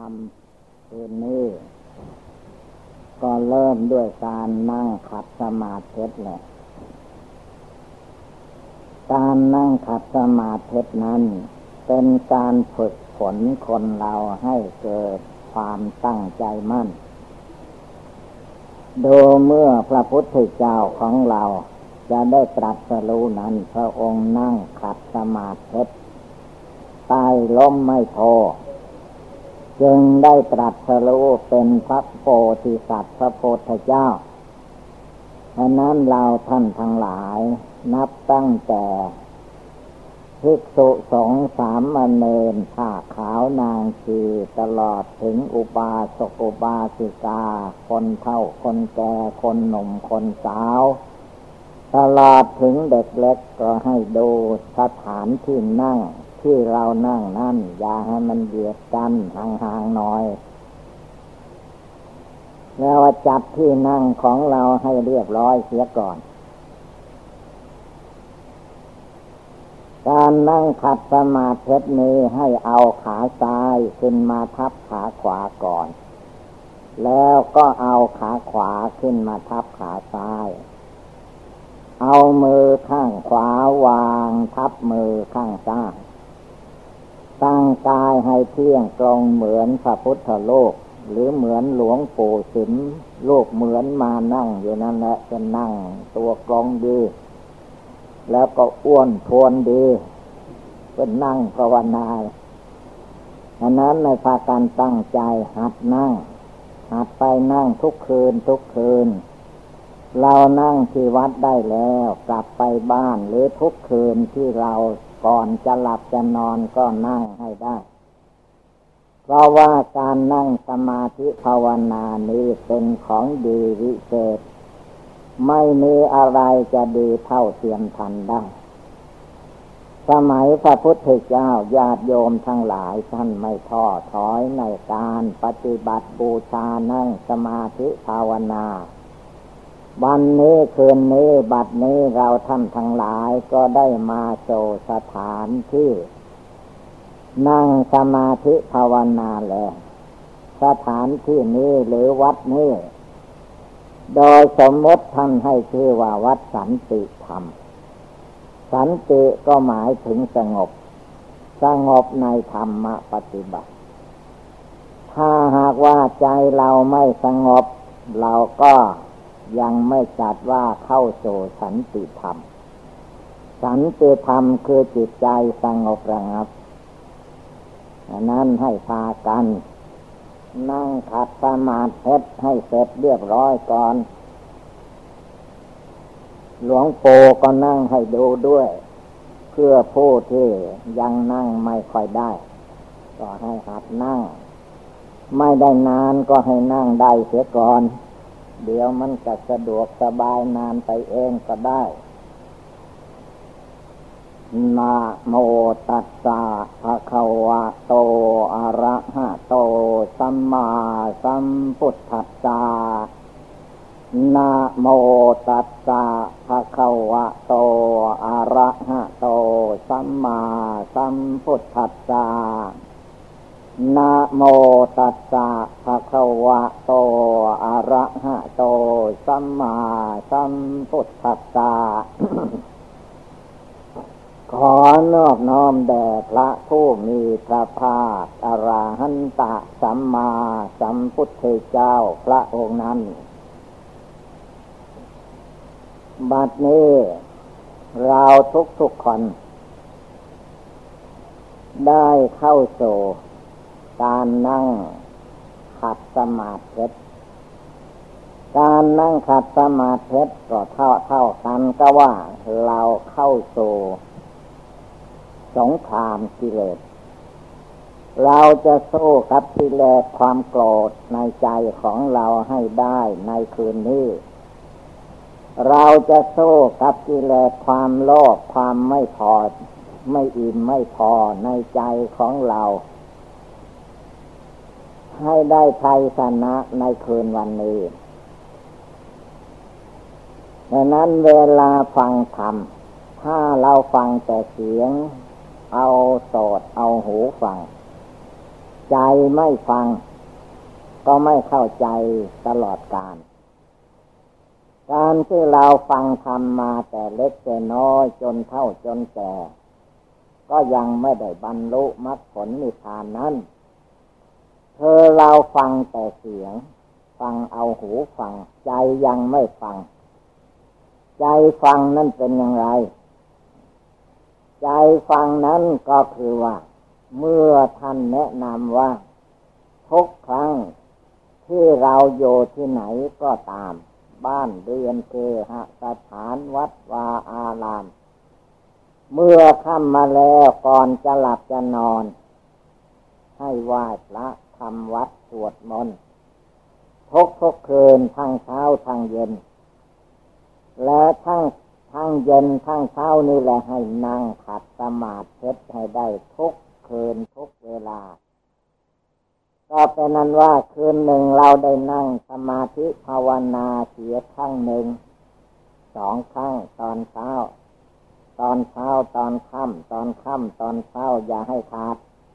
คืนนี้ก็เริ่มด้วยการนั่งขัดสมาธิแหละการนั่งขัดสมาธินั้นเป็นการฝึกฝนคนเราให้เกิดความตั้งใจมั่นดูเมื่อพระพุทธเจ้าของเราจะได้ตรัสรู้นั้นพระองค์นั่งขัดสมาธิใต้ร่มไม้โพจึงได้ตรัสรู้เป็นพระโพธิสัตว์พระโพธิเจ้าฉะนั้นเราท่านทั้งหลายนับตั้งแต่ภิกษุสงฆ์สามเณรผ้าขาวนางชีตลอดถึงอุบาสกอุบาสิกาคนเฒ่าคนแก่คนหนุ่มคนสาวตลอดถึงเด็กเล็กก็ให้ดูสถานที่นั่งที่เรานั่งนั่นอย่าให้มันเบียดกันห่างๆหน่อยแล้วจัดที่นั่งของเราให้เรียบร้อยเสียก่อนการนั่งขัดสมาธินี้ให้เอาขาซ้ายขึ้นมาทับขาขวาก่อนแล้วก็เอาขาขวาขึ้นมาทับขาซ้ายเอามือข้างขวาวางทับมือข้างซ้ายตั้งกายให้เที่ยงตรงเหมือนพระพุทธโลกหรือเหมือนหลวงปู่สิมลูกเหมือนมานั่งอยู่นั่นแหละจะนั่งตัวกลงดีแล้วก็อ้วนทวนดีเป็นนั่งภาวนาอันนั้นในภาคการตั้งใจหัดนั่งหัดไปนั่งทุกคืนทุกคืนเรานั่งที่วัดได้แล้วกลับไปบ้านหรือทุกคืนที่เราก่อนจะหลับจะนอนก็นั่งให้ได้เพราะว่าการนั่งสมาธิภาวนานี้เป็นของดีวิเศษไม่มีอะไรจะดีเท่าเทียมทันได้สมัยพระพุทธเจ้าญาติโยมทั้งหลายท่านไม่ท้อถอยในการปฏิบัติบูชานั่งสมาธิภาวนาวันนี้คืนนี้บัดนี้เราท่านทั้งหลายก็ได้มาโสสถานที่นั่งสมาธิภาวนาแล้วสถานที่นี้หรือวัดนี้โดยสมมติท่านให้ชื่อว่าวัดสันติธรรมสันติก็หมายถึงสงบสงบในธรรมปฏิบัติถ้าหากว่าใจเราไม่สงบเราก็ยังไม่จัดว่าเข้าสู่สันติธรรมสันติธรรมคือจิตใจสงบระงับฉะนั้นให้พากันนั่งขัดสมาธิให้เสร็จเรียบร้อยก่อนหลวงปู่ก็นั่งให้ดูด้วยเพื่อผู้ที่ยังนั่งไม่ค่อยได้ก็ให้หัดนั่งไม่ได้นานก็ให้นั่งได้เสียก่อนเดี๋ยวมันจะสะดวกสบายนานไปเองก็ได้นะโมตัสสะภะคะวะโตอะระหะโตสัมมาสัมพุทธัสสะนะโมตัสสะภะคะวะโตอะระหะโตสัมมาสัมพุทธัสสะนะโมตัสสะภะคะวะโตอะระหะโตสัมมาสัมพุทธัสสะขอนอบน้อมแด่พระผู้มีพระภาคอรหันตสัมมาสัมพุทธเจ้าพระองค์นั้นบัดนี้เราทุกคนได้เข้าสู่การนั่งขัดสมาธิการนั่งขัดสมาธิก็เท่ากันก็ว่าเราเข้าสู่สงครามกิเลสเราจะสู้กับกิเลสความโกรธในใจของเราให้ได้ในคืนนี้เราจะสู้กับกิเลสความโลภความไม่พอไม่อิ่มไม่พอในใจของเราให้ได้ชัยชนะในคืนวันนี้ดังนั้นเวลาฟังธรรมถ้าเราฟังแต่เสียงเอาโสตเอาหูฟังใจไม่ฟังก็ไม่เข้าใจตลอดกาลการที่เราฟังธรรมมาแต่เล็กแต่น้อยจนเฒ่าจนแก่ก็ยังไม่ได้บรรลุมรรคผลนิพพานนั้นเราฟังแต่เสียงฟังเอาหูฟังใจยังไม่ฟังใจฟังนั่นเป็นอย่างไรใจฟังนั้นก็คือว่าเมื่อท่านแนะนำว่าทุกครั้งที่เราอยู่ที่ไหนก็ตามบ้านเรือนเคหสถานวัดวาอารามเมื่อค่ำมาแล้วก่อนจะหลับจะนอนให้ไหว้พระทำวัดสวดมนต์ทุกคืนทั้งเช้าทั้งเย็นและทั้งเย็นทั้งเช้านี่แหละให้นั่งขัดสมาธิให้ได้ทุกคืนทุกเวลาก็เป็นนั้นว่าคืนหนึ่งเราได้นั่งสมาธิภาวนาเสียครั้งหนึ่ง2 ครั้งตอนเช้าตอนค่ำตอนค่ำตอนเช้าอย่าให้ขาด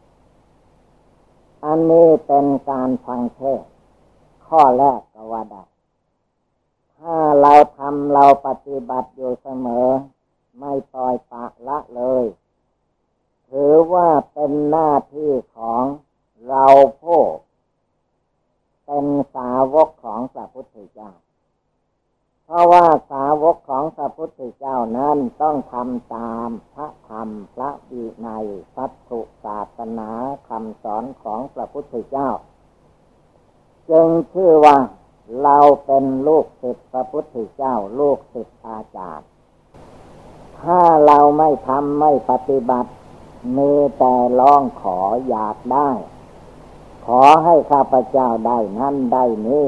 อันนี้เป็นการฟังเทศน์ข้อแรกก็ว่าได้ถ้าเราทำเราปฏิบัติอยู่เสมอไม่ปล่อยปละละเลยถือว่าเป็นหน้าที่ของเราผู้เป็นสาวกของพระพุทธเจ้าเพราะว่าสาวกของพระพุทธเจ้านั้นต้องทำตามพระธรรมพระวินัยสัตถุศาสนาคำสอนของพระพุทธเจ้าจึงชื่อว่าเราเป็นลูกศิษย์พระพุทธเจ้าลูกศิษย์อาจารย์ถ้าเราไม่ทำไม่ปฏิบัติมีแต่ร้องขออยากได้ขอให้ข้าพเจ้าได้นั่นได้นี้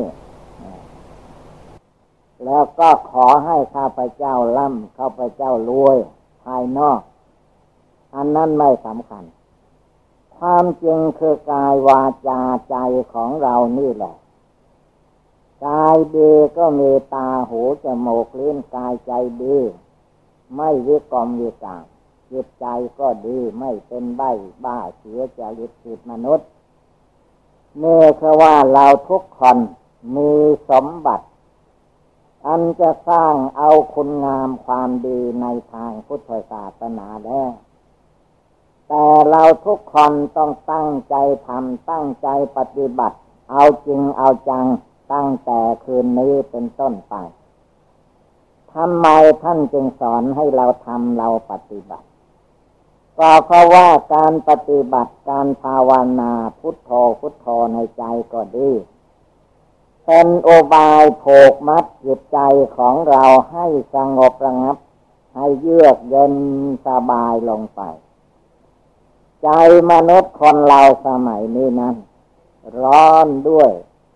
แล้วก็ขอให้ข้าพเจ้าร่ำข้าพเจ้ารวยภายนอกอันนั้นไม่สำคัญความจริงคือกายวาจาใจของเรานี่แหละกายดีก็มีตาหูจมูกลิ้นกายใจดีไม่วิกลวิการจิตใจก็ดีไม่เป็นบ้าเสียจริตผิดมนุษย์นี่คือว่าเราทุกคนมีสมบัติอันจะสร้างเอาคุณงามความดีในทางพุทธศาสนาแล้วแต่เราทุกคนต้องตั้งใจทำตั้งใจปฏิบัติเอาจริงเอาจังตั้งแต่คืนนี้เป็นต้นไปทำไมท่านจึงสอนให้เราทำเราปฏิบัติก็เพราะว่าการปฏิบัติการภาวนาพุทโธพุทโธในใจก็ดีเป็นโอบายผูกมัดจิตใจของเราให้สงบระงับให้เยือกเย็นสบายลงไปใจมนุษย์คนเราสมัยนี้นั้นร้อนด้วย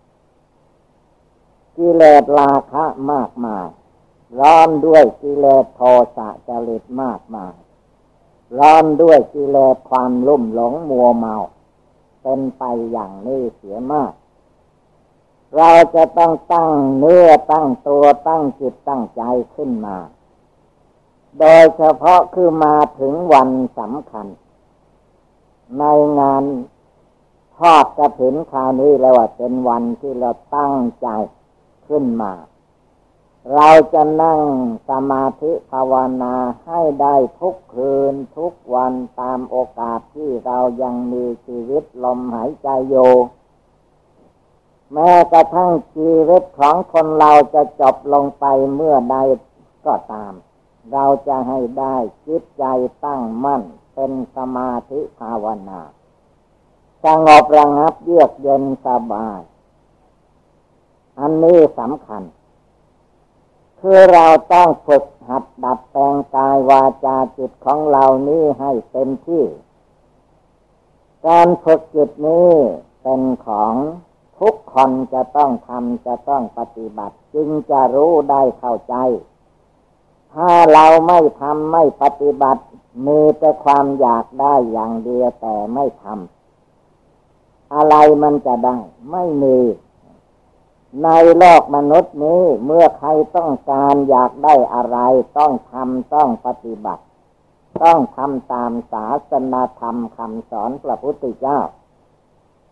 กิเลสราคะมากมายร้อนด้วยกิเลสโทสะจริตมากมายร้อนด้วยกิเลสความลุ่มหลงมัวเมาเป็นไปอย่างนี้เสียมากเราจะต้องตั้งเนื้อตั้งตัวตั้งจิตตั้งใจขึ้นมาโดยเฉพาะคือมาถึงวันสำคัญในงานทอดกฐินคราวนี้แล้วว่าเป็นวันที่เราตั้งใจขึ้นมาเราจะนั่งสมาธิภาวนาให้ได้ทุกคืนทุกวันตามโอกาสที่เรายังมีชีวิตลมหายใจอยู่แม้กระทั่งชีวิตของคนเราจะจบลงไปเมื่อใดก็ตามเราจะให้ได้จิตใจตั้งมั่นเป็นสมาธิภาวนาสงบระงับเยือกเย็นสบายอันนี้สำคัญคือเราต้องฝึกหัดดัดแปลงกายวาจาจิตของเรานี้ให้เต็มที่การฝึกจิตนี้เป็นของทุกคนจะต้องทำจะต้องปฏิบัติจึงจะรู้ได้เข้าใจถ้าเราไม่ทำไม่ปฏิบัติมีแต่ความอยากได้อย่างเดียวแต่ไม่ทำอะไรมันจะได้ไม่มีในโลกมนุษย์นี้เมื่อใครต้องการอยากได้อะไรต้องทำต้องปฏิบัติต้องทำตามศาสนาธรรมคำสอนพระพุทธเจ้า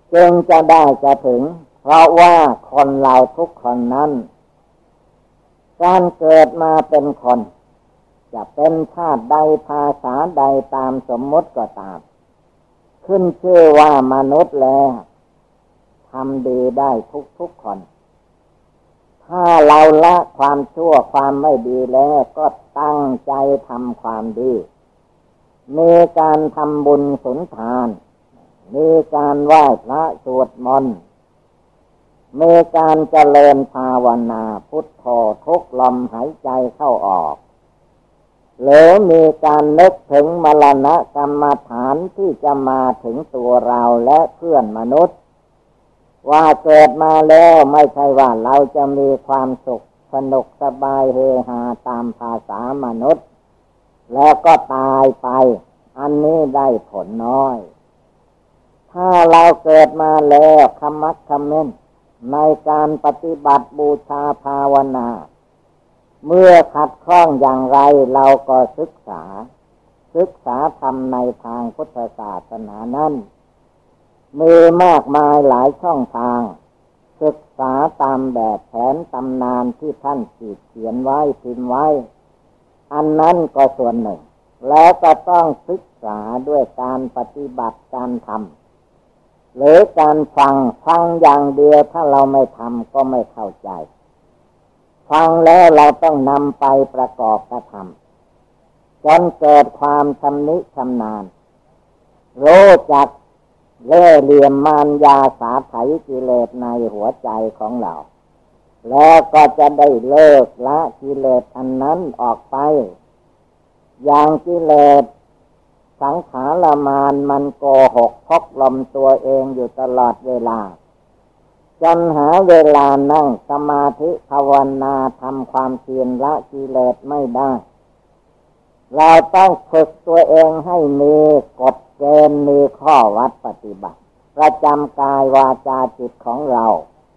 จึงจะได้จะถึงเพราะว่าคนเราทุกคนนั้นการเกิดมาเป็นคนจะเป็นชาติใดภาษาใดตามสมมติก็ตามขึ้นชื่อว่ามนุษย์แล้วทำดีได้ทุกคน ถ้าเราละความชั่วความไม่ดีแล้วก็ตั้งใจทำความดีมีการทำบุญสุนทานมีการไหว้พระสวดมนต์มีการเจริญภาวนาพุทโธทุกลมหายใจเข้าออกหรือมีการนึกถึงมรณะกรรมฐานที่จะมาถึงตัวเราและเพื่อนมนุษย์ว่าเกิดมาแล้วไม่ใช่ว่าเราจะมีความสุขสนุกสบายเฮฮาตามภาษามนุษย์แล้วก็ตายไปอันนี้ได้ผลน้อยถ้าเราเกิดมาแล้วขมักเขม้นในการปฏิบัติบูชาภาวนาเมื่อขัดข้องอย่างไรเราก็ศึกษาธรรมในทางพุทธศาสนานั้นมีมากมายหลายช่องทางศึกษาตามแบบแผนตำนานที่ท่านเขียนไว้พิมพ์ไว้อันนั้นก็ส่วนหนึ่งแล้วก็ต้องศึกษาด้วยการปฏิบัติการทำหรือการฟังอย่างเดียวถ้าเราไม่ทำก็ไม่เข้าใจฟังแล้วเราต้องนำไปประกอบกระทำจนเกิดความชำนิชำนาญรู้จักเล่ห์เหลี่ยมมารยาสาไถกิเลสในหัวใจของเราแล้วก็จะได้เลิกละกิเลสอันนั้นออกไปอย่างกิเลสสังขารมารมันโกหกพกลมตัวเองอยู่ตลอดเวลาจนหาเวลานั่งสมาธิภาวนาทำความเพียรละกิเลสไม่ได้เราต้องฝึกตัวเองให้มีกฎเกณฑ์มีข้อวัดปฏิบัติประจำกายวาจาจิตของเรา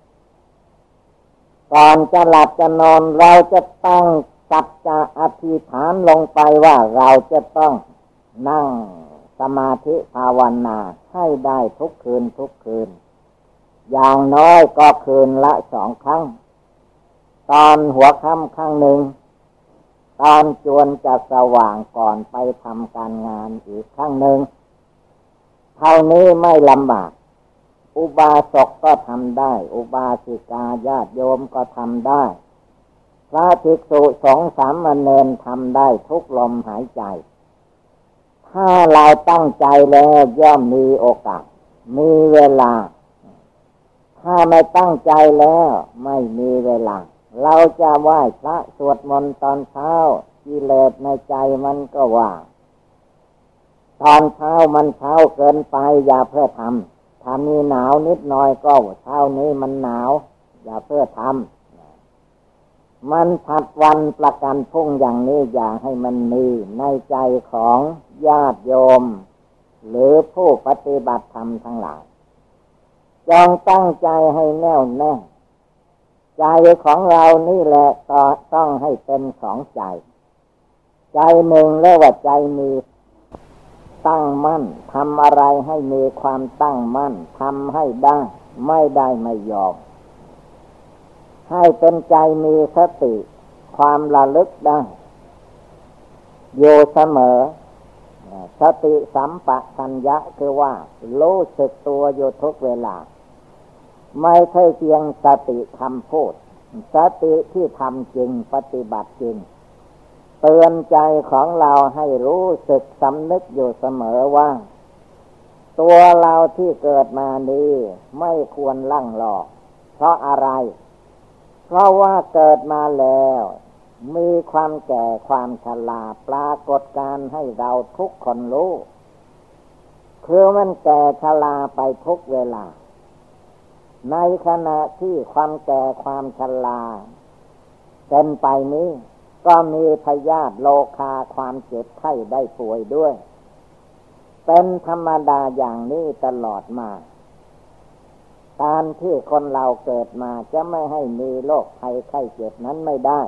ก่อนจะหลับจะนอนเราจะตั้งสัจจะอธิษฐานลงไปว่าเราจะต้องนั่งสมาธิภาวนาให้ได้ทุกคืนอย่างน้อยก็คืนละ2 ครั้งตอนหัวค่ำครั้งหนึ่งตอนจวนจะสว่างก่อนไปทำการงานอีกครั้งหนึ่งเท่านี้ไม่ลำบากอุบาสกก็ทำได้อุบาสิกาญาติโยมก็ทำได้พระภิกษุสงฆ์สามเณรทำได้ทุกลมหายใจถ้าเราตั้งใจแล้วย่อมมีโอกาสมีเวลาถ้าไม่ตั้งใจแล้วไม่มีเวลาเราจะไหว้พระสวดมนต์ตอนเช้ากิเลสในใจมันก็ว่าตอนเช้ามันเช้าเกินไปอย่าเพื่อทำถ้ามีหนาวนิดหน่อยก็เช้านี้มันหนาวอย่าเพื่อทำมันผัดวันประกันพรุ่งอย่างนี้อย่าให้มันมีในใจของญาติโยมหรือผู้ปฏิบัติธรรมทั้งหลายจงตั้งใจให้แน่วแน่ใจของเรานี่แหละต้องให้เป็น2 ใจใจหนึ่งเรียกว่าใจมีตั้งมั่นทำอะไรให้มีความตั้งมั่นทำให้ได้ไม่ได้ไม่ยอมให้เป็นใจมีสติความระลึกได้อยู่เสมอสติสัมปชัญญะคือว่ารู้สึกตัวอยู่ทุกเวลาไม่ใช่เพียงสติคำพูดสติที่ทำจริงปฏิบัติจริงเตือนใจของเราให้รู้สึกสำนึกอยู่เสมอว่าตัวเราที่เกิดมานี้ไม่ควรลั่งหลอกเพราะอะไรเพราะว่าเกิดมาแล้วมีความแก่ความชราปรากฏการให้เราทุกคนรู้คือมันแก่ชราไปทุกเวลาในขณะที่ความแก่ความชราเป็นไปนี้ก็มีพยาธิโรคาความเจ็บไข้ได้ป่วยด้วยเป็นธรรมดาอย่างนี้ตลอดมาการที่คนเราเกิดมาจะไม่ให้มีโรคภัยไข้เจ็บนั้นไม่ได้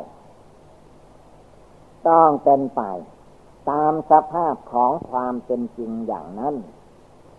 ต้องเป็นไปตามสภาพของความเป็นจริงอย่างนั้น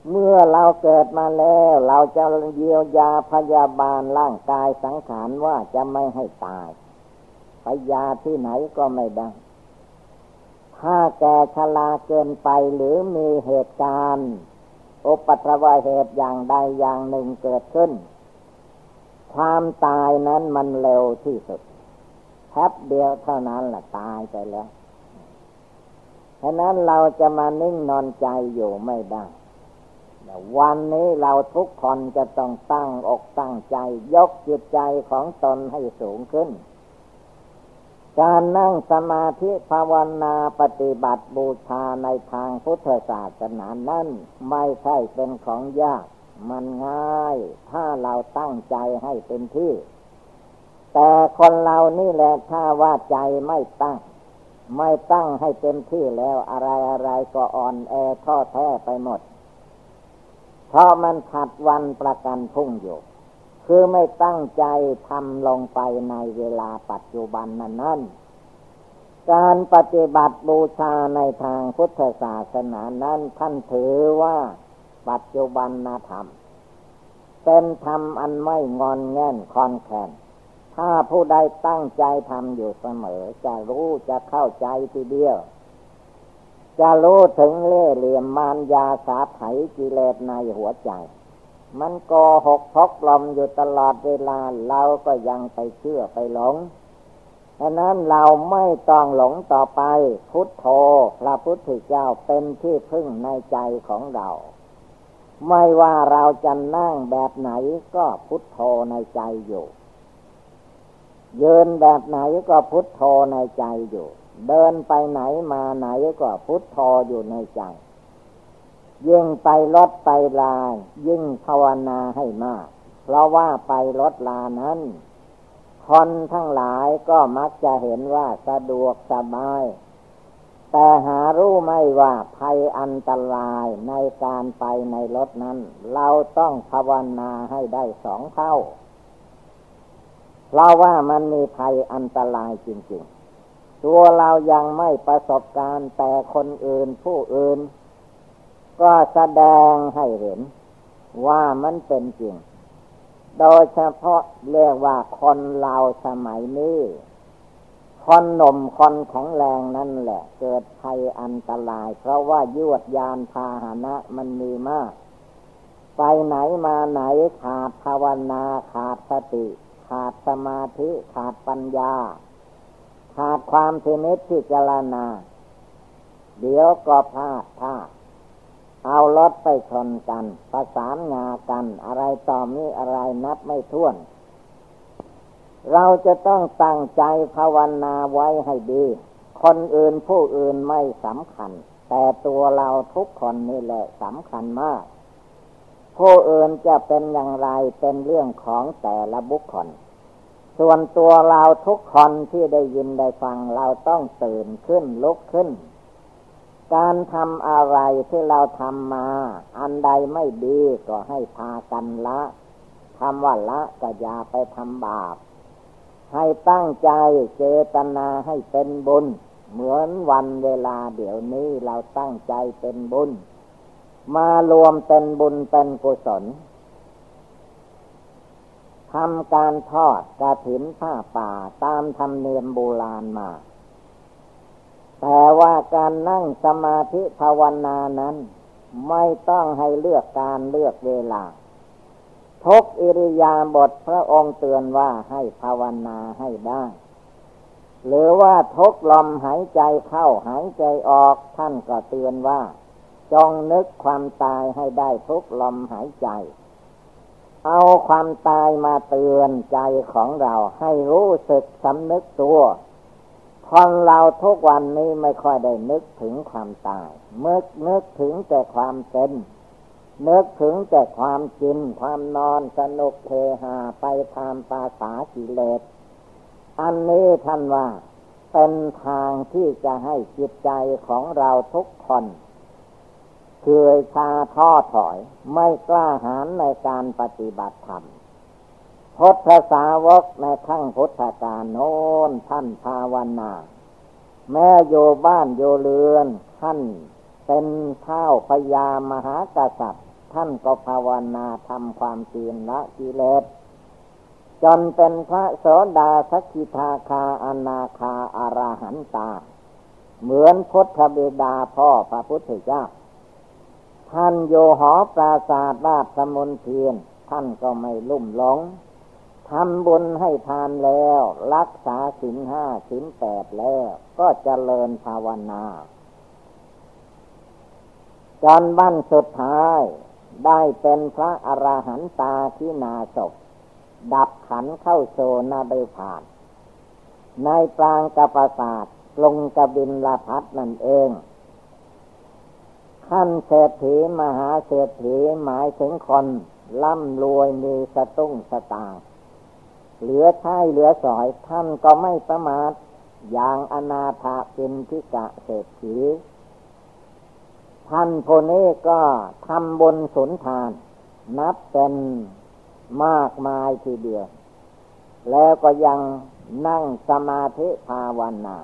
เมื่อเราเกิดมาแล้วเราจะเยียวยาพยาบาลร่างกายสังขารว่าจะไม่ให้ตายไปยาที่ไหนก็ไม่ได้ถ้าแก่ชราเกินไปหรือมีเหตุการณ์อุปัตวเหตุอย่างใดอย่างหนึ่งเกิดขึ้นความตายนั้นมันเร็วที่สุดแป๊บเดียวเท่านั้นล่ะตายไปแล้วฉะนั้นเราจะมานิ่งนอนใจอยู่ไม่ได้วันนี้เราทุกคนจะต้องตั้งอกตั้งใจยกจิตใจของตนให้สูงขึ้นการนั่งสมาธิภาวนาปฏิบัติบูชาในทางพุทธศาสนานั้นไม่ใช่เป็นของยากมันง่ายถ้าเราตั้งใจให้เต็มที่แต่คนเรานี่แหละถ้าว่าใจไม่ตั้งให้เต็มที่แล้วอะไรก็อ่อนแอท้อแท้ไปหมดเพราะมันขัดวันประกันพรุ่งอยู่คือไม่ตั้งใจทำลงไปในเวลาปัจจุบันนั้นการปฏิบัติบูชาในทางพุทธศาสนานั้นท่านถือว่าปัจจุบันธรรมเป็นธรรมอันไม่งอนแง่นคอนแคนถ้าผู้ใดตั้งใจทำอยู่เสมอจะรู้จะเข้าใจทีเดียวจะรู้ถึงเล่ห์เหลี่ยมมารยาสาไถกิเลสในหัวใจมันโกหกพกลมอยู่ตลอดเวลาเราก็ยังไปเชื่อไปหลงดังนั้นเราไม่ต้องหลงต่อไปพุทโธพระพุทธเจ้าเป็นที่พึ่งในใจของเราไม่ว่าเราจะนั่งแบบไหนก็พุทโธในใจอยู่ยืนแบบไหนก็พุทโธในใจอยู่เดินไปไหนมาไหนก็พุทโธอยู่ในใจยิ่งไปรถไปลายิ่งภาวนาให้มากเพราะว่าไปรถลานั้นคนทั้งหลายก็มักจะเห็นว่าสะดวกสบายแต่หารู้ไม่ว่าภัยอันตรายในการไปในรถนั้นเราต้องภาวนาให้ได้2 เท่าเพราะว่ามันมีภัยอันตรายจริงๆตัวเรายังไม่ประสบการณ์แต่คนอื่นผู้อื่นก็แสดงให้เห็นว่ามันเป็นจริงโดยเฉพาะเรียกว่าคนเราสมัยนี้คนหนุ่มคนแข็งแรงนั่นแหละเกิดภัยอันตรายเพราะว่ายวดยานพาหนะมันมีมากไปไหนมาไหนขาดภาวนาขาดสติขาดสมาธิขาดปัญญาขาดความพินิจพิจารณาเดี๋ยวก็พลาดเอารถไปชนกันประสานงากันอะไรต่อมีอะไรนับไม่ถ้วนเราจะต้องตั้งใจภาวนาไว้ให้ดีคนอื่นผู้อื่นไม่สำคัญแต่ตัวเราทุกคนนี่แหละสำคัญมากผู้อื่นจะเป็นอย่างไรเป็นเรื่องของแต่ละบุคคลส่วนตัวเราทุกคนที่ได้ยินได้ฟังเราต้องตื่นขึ้นลุกขึ้นการทำอะไรที่เราทำมาอันใดไม่ดีก็ให้พากันละทำว่าละก็อย่าไปทำบาปให้ตั้งใจเจตนาให้เป็นบุญเหมือนวันเวลาเดี๋ยวนี้เราตั้งใจเป็นบุญมารวมเป็นบุญเป็นกุศลทำการทอดกฐินผ้าป่าตามธรรมเนียมโบราณมาแต่ว่าการนั่งสมาธิภาวนานั้นไม่ต้องให้เลือกการเลือกเวลาทุกอิริยาบถพระองค์เตือนว่าให้ภาวนาให้ได้หรือว่าทุกลมหายใจเข้าหายใจออกท่านก็เตือนว่าจงนึกความตายให้ได้ทุกลมหายใจเอาความตายมาเตือนใจของเราให้รู้สึกสำนึกตัวคนเราทุกวันนี้ไม่ค่อยได้นึกถึงความตายนึกถึงแต่ความเป็นนึกถึงแต่ความกินความนอนสนุกเฮฮาไปตามภาษากิเลสอันนี้ท่านว่าเป็นทางที่จะให้จิตใจของเราทุกคนเคยชาท้อถอยไม่กล้าหาญในการปฏิบัติธรรมพุทธสาวกในขั้งพุทธกาลโน้นท่านภาวนาแม้อยู่บ้านอยู่เรือนท่านเป็นเท้าพญามหากษัตริย์ท่านก็ภาวนาทำความเพียรละกิเลสจนเป็นพระโสดาสกิทาคาอนาคาอรหันตาเหมือนพุทธบิดาพ่อพระพุทธเจ้าท่านอยู่หอปราสาทราชมนเทียนท่านก็ไม่ลุ่มหลงทำบุญให้ทานแล้วรักษาศีล 5 ศีล 8แล้วก็เจริญภาวนาจนบั้นสุดท้ายได้เป็นพระอรหันตาที่นาศพดับขันเข้าโซนาเดผาดในปรางกปราสาทกรุงกบิลพัสนั่นเองขั้นเศรษฐีมหาเศรษฐีหมายถึงคนร่ำรวยมีสตุ้งสตางค์เหลือใช้เหลือสอยท่านก็ไม่ประมาทอย่างอนาถปิณฑิกะเศรษฐีท่านผู้นี้ก็ทำบุญสุนทานนับเป็นมากมายทีเดียวแล้วก็ยังนั่งสมาธิภาวนา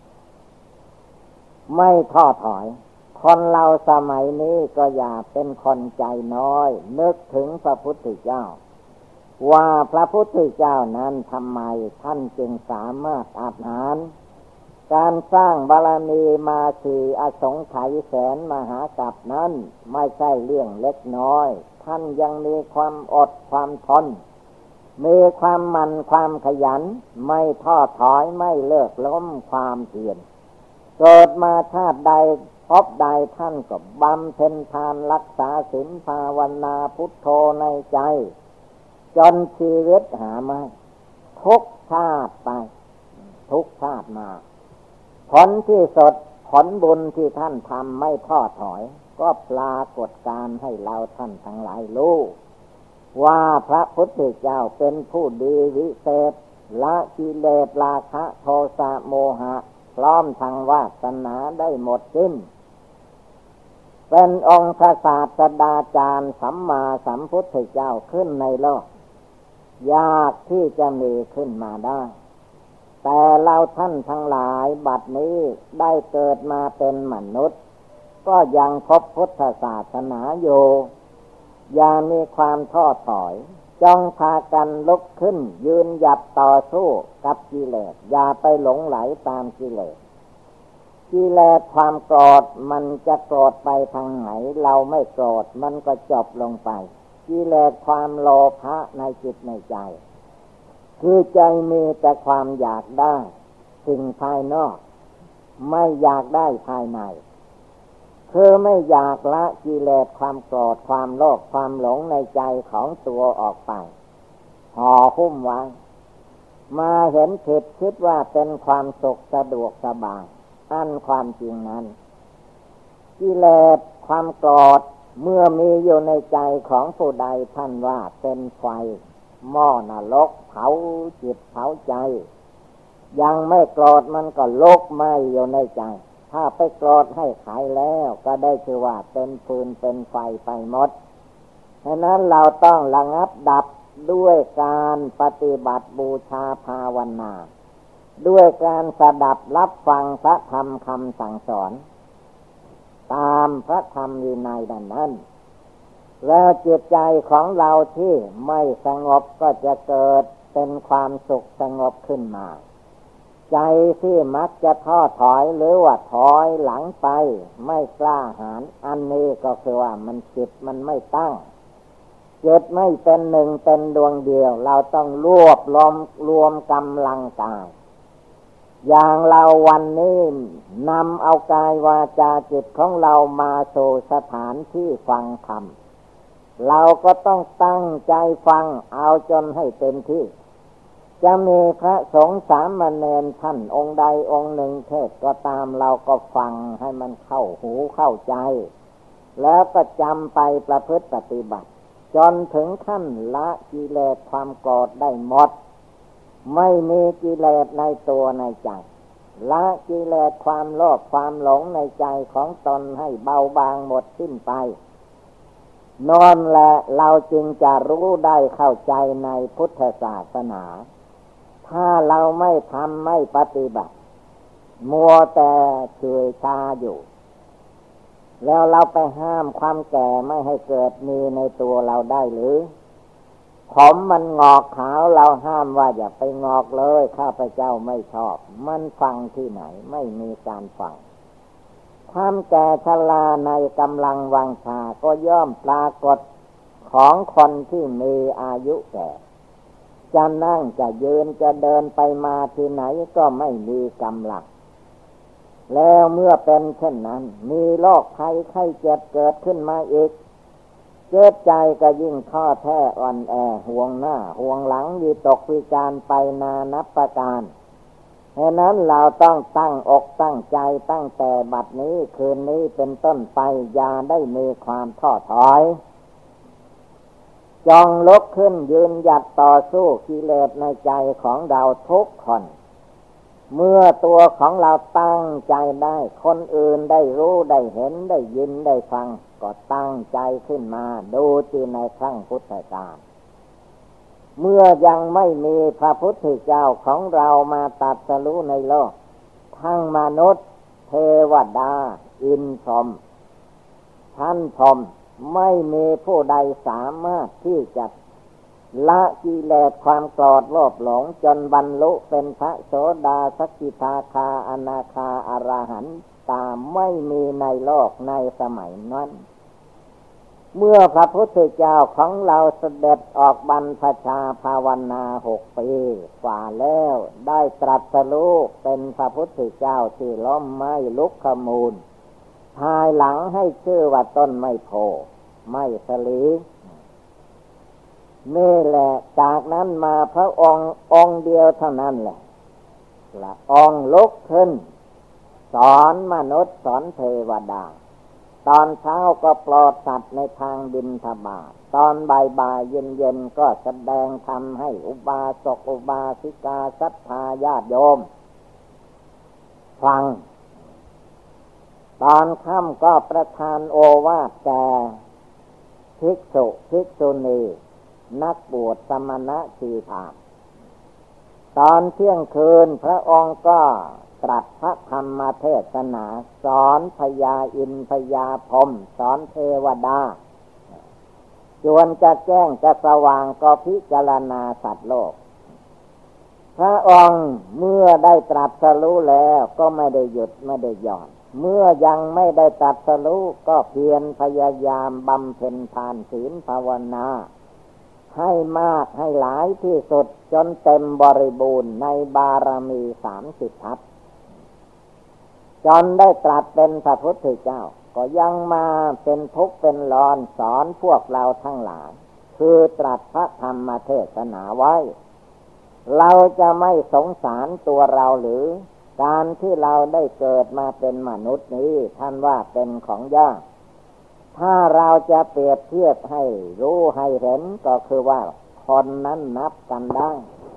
ไม่ท้อถอยคนเราสมัยนี้ก็อย่าเป็นคนใจน้อยนึกถึงพระพุทธเจ้าว่าพระพุทธเจ้านั้นทำไมท่านจึงสามารถอาหารการสร้างบารมีมา4 อสงไขยแสนมหากัปนั้นไม่ใช่เรื่องเล็กน้อยท่านยังมีความอดความทนมีความหมั่นความขยันไม่ท้อถอยไม่เลิกล้มความเพียรเกิดมาชาติใดพบใดท่านก็บำเพ็ญทานรักษาศีลภาวนาพุทโธในใจจนชีวิตหาไม่ทุกชาติไปทุกชาติมาผลที่สุดผลบุญที่ท่านทำไม่ท้อถอยก็ปรากฏการให้เราท่านทั้งหลายรู้ว่าพระพุทธเจ้าเป็นผู้ดีวิเศษละกิเลสราคะโทสะโมหะพร้อมทางวาสนาได้หมดสิ้นเป็นองค์ศาสดาจารย์สัมมาสัมพุทธเจ้าขึ้นในโลกยากที่จะมีขึ้นมาได้แต่เราท่านทั้งหลายบัดนี้ได้เกิดมาเป็นมนุษย์ก็ยังพบพุทธศาสนาอยู่อย่ามีความท้อถอยจงพากันลุกขึ้นยืนหยัดต่อสู้กับกิเลสอย่าไปหลงไหลตามกิเลสกิเลสความโกรธมันจะโกรธไปทางไหนเราไม่โกรธมันก็จบลงไปกิเลสความโลภะในจิตในใจคือใจมีแต่ความอยากได้สิ่งภายนอกไม่อยากได้ภายในคือไม่อยากละกิเลสความโกรธความโลภความหลงในใจของตัวออกไปห่อหุ้มไว้มาเห็นผิดคิดว่าเป็นความสุขสะดวกสบายอันความจริงนั้นกิเลสความโกรธเมื่อมีอยู่ในใจของผู้ใดท่านว่าเป็นไฟหม้อนรกเผาจิตเผาใจยังไม่โกรธมันก็ลุกไหม้อยู่ในใจถ้าไปโกรธให้ขายแล้วก็ได้ชื่อว่าเป็นฟืนเป็นไฟไปหมดฉะนั้นเราต้องระงับดับด้วยการปฏิบัติบูชาภาวนาด้วยการสดับรับฟังพระธรรมคำสั่งสอนตามพระธรรมวินัยนั้นแล้วจิตใจของเราที่ไม่สงบก็จะเกิดเป็นความสุขสงบขึ้นมาใจที่มักจะท้อถอยหรือว่าถอยหลังไปไม่กล้าหาญอันนี้ก็คือว่ามันจิตมันไม่ตั้งจิตไม่เป็นหนึ่งเป็นดวงเดียวเราต้องรวมกำลังกายอย่างเราวันนี้นำเอากายวาจาจิตของเรามาสู่สถานที่ฟังธรรมเราก็ต้องตั้งใจฟังเอาจนให้เต็มที่จะมีพระสงฆ์สามเณรท่านองค์ใดองค์หนึ่งเทศก็ตามเราก็ฟังให้มันเข้าหูเข้าใจแล้วก็จำไปประพฤติปฏิบัติจนถึงขั้นละกิเลสความโกรธได้หมดไม่มีกิเลสในตัวในใจละกิเลสความโลภความหลงในใจของตนให้เบาบางหมดสิ้นไปนอนแหละเราจึงจะรู้ได้เข้าใจในพุทธศาสนาถ้าเราไม่ทำไม่ปฏิบัติมัวแต่เฉยชาอยู่แล้วเราไปห้ามความแก่ไม่ให้เกิดมีในตัวเราได้หรือผมมันงอกขาวเราห้ามว่าอย่าไปงอกเลยข้าพเจ้าไม่ชอบมันฟังที่ไหนไม่มีการฟังความแก่ชราในกำลังวังชาก็ย่อมปรากฏของคนที่มีอายุแก่จะนั่งจะยืนจะเดินไปมาที่ไหนก็ไม่มีกำลังแล้วเมื่อเป็นเช่นนั้นมีโรคภัยไข้เจ็บเกิดขึ้นมาอีกเจ็บใจก็ยิ่งท้อแท้อ่อนแอห่วงหน้าห่วงหลังวิตกวิจารไปนานับประการเพราะนั้นเราต้องตั้งอกตั้งใจตั้งแต่บัดนี้คืนนี้เป็นต้นไปอย่าได้มีความท้อถอยจงลุกขึ้นยืนหยัดต่อสู้กิเลสในใจของเราทุกคนเมื่อตัวของเราตั้งใจได้คนอื่นได้รู้ได้เห็นได้ยินได้ฟังก็ตั้งใจขึ้นมาดูที่ในครั้งพุทธกาลเมื่อยังไม่มีพระพุทธเจ้าของเรามาตรัสรู้ในโลกทั้งมนุษย์เทวดาอินทร์พรหมท่านพรหมไม่มีผู้ใดสามารถที่จะละกิเลสความโกรธโลภหลงจนบรรลุเป็นพระโสดาสกิทาคาอนาคาอรหันตาไม่มีในโลกในสมัยนั้นเมื่อพระพุทธเจ้าของเราเสด็จออกบรรพชาภาวนา6 ปีกว่าแล้วได้ตรัสรู้เป็นพระพุทธเจ้าที่ล้มไม้ลุกขมูลภายหลังให้ชื่อว่าต้นไม้โพไม้สลีนี่แหละจากนั้นมาพระองค์เดียวเท่านั้นแหละองค์ลุกขึ้นสอนมนุษย์สอนเทวดาตอนเช้าก็โปรดสัตว์ในทางบิณฑบาตตอนบ่ายๆเย็นๆก็แสดงธรรมให้อุบาสกอุบาสิกาศรัทธาญาติโยมฟังตอนค่ำก็ประทานโอวาทแก่ภิกษุภิกษุณีนักบวชสมณชีพรามตอนเที่ยงคืนพระองค์ก็ตรัสพระธรรมเทศนาสอนพญาอินทร์พญาพรหมสอนเทวดาจวนจะแจ้งจะสว่างก็พิจารณาสัตว์โลกพระองค์เมื่อได้ตรัสรู้แล้วก็ไม่ได้หยุดไม่ได้หย่อนเมื่อยังไม่ได้ตรัสรู้ก็เพียรพยายามบำเพ็ญทานศีลภาวนาให้มากให้หลายที่สุดจนเต็มบริบูรณ์ในบารมี30 ทัศจนได้ตรัสเป็นพระพุทธเจ้าก็ยังมาเป็นทุกข์เป็นร้อนสอนพวกเราทั้งหลายคือตรัสพระธรรมเทศนาไว้เราจะไม่สงสารตัวเราหรือการที่เราได้เกิดมาเป็นมนุษย์นี้ท่านว่าเป็นของยากถ้าเราจะเปรียบเทียบให้รู้ให้เห็นก็คือว่าคนนั้นนับกันได้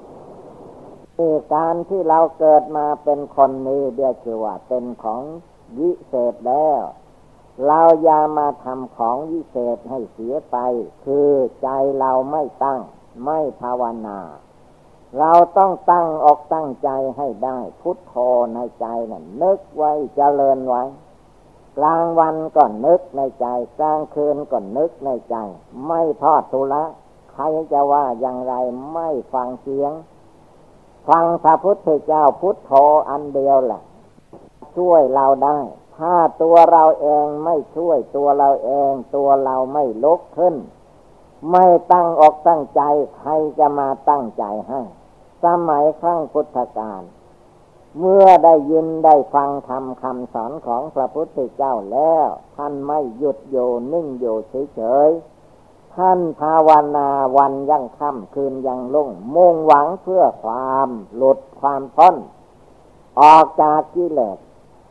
การที่เราเกิดมาเป็นคนนี้เรียกว่าเป็นของวิเศษแล้วเราอย่ามาทำของวิเศษให้เสียไปคือใจเราไม่ตั้งไม่ภาวนาเราต้องตั้งอกตั้งใจให้ได้พุทโธในใจนั่นนึกไว้เจริญไว้กลางวันก็นึกในใจกลางคืนก็นึกในใจไม่ทอดทุละใครจะว่าอย่างไรไม่ฟังเสียงฟังพระพุทธเจ้าพุทโธอันเดียวแหละช่วยเราได้ถ้าตัวเราเองไม่ช่วยตัวเราเองตัวเราไม่ลุกขึ้นไม่ตั้งอกตั้งใจใครจะมาตั้งใจให้สมัยครั้งพุทธกาลเมื่อได้ยินได้ฟังธรรมคำสอนของพระพุทธเจ้าแล้วท่านไม่หยุดอยู่นิ่งอยู่เฉยๆท่านภาวนาวันยังค่ำคืนยังรุ่งมุ่งหวังเพื่อความหลุดความพ้นออกจากกิเลส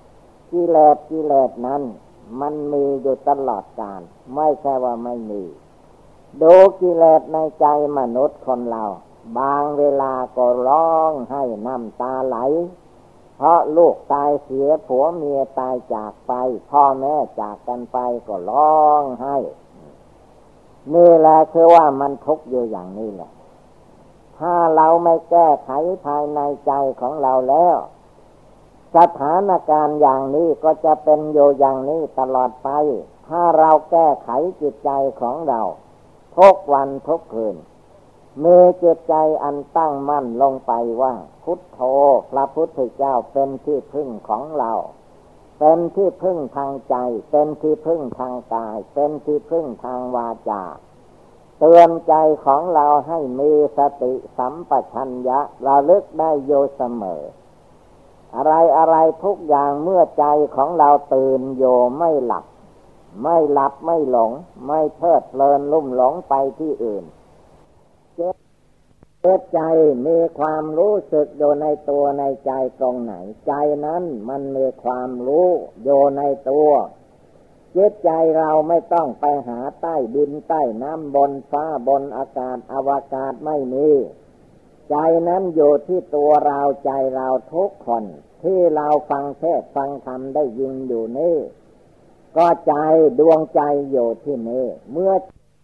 นั้นมันมีอยู่ตลอดกาลไม่ใช่ว่าไม่มีดูกิเลสในใจมนุษย์คนเราบางเวลาก็ร้องให้น้ำตาไหลเพราะลูกตายเสียผัวเมียตายจากไปพ่อแม่จากกันไปก็ร้องไห้นี่แหละคือว่ามันทุกข์อยู่อย่างนี้แหละถ้าเราไม่แก้ไขภายในใจของเราแล้วสถานการณ์อย่างนี้ก็จะเป็นอยู่อย่างนี้ตลอดไปถ้าเราแก้ไขจิตใจของเราทุกวันทุกคืนมีจิตใจอันตั้งมั่นลงไปว่าพุทโธพระพุทธเจ้าเป็นที่พึ่งของเราเป็นที่พึ่งทางใจเป็นที่พึ่งทางกายเป็นที่พึ่งทางวาจาเตือนใจของเราให้มีสติสัมปชัญญะระลึกได้อยู่เสมออะไรทุกอย่างเมื่อใจของเราตื่นอยู่ไม่หลับไม่หลงไม่เพลิดเพลินลุ่มหลงไปที่อื่นจิตใจมีความรู้สึกอยู่ในตัวในใจตรงไหนใจนั้นมันมีความรู้อยู่ในตัวจิตใจเราไม่ต้องไปหาใต้ดินใต้น้ำบนฟ้าบนอากาศอวกาศไม่มีใจนั้นอยู่ที่ตัวเราใจเราทุกคนที่เราฟังเทศน์ฟังธรรมได้ยินอยู่นี่ก็ใจดวงใจอยู่ที่นี่เมื่อ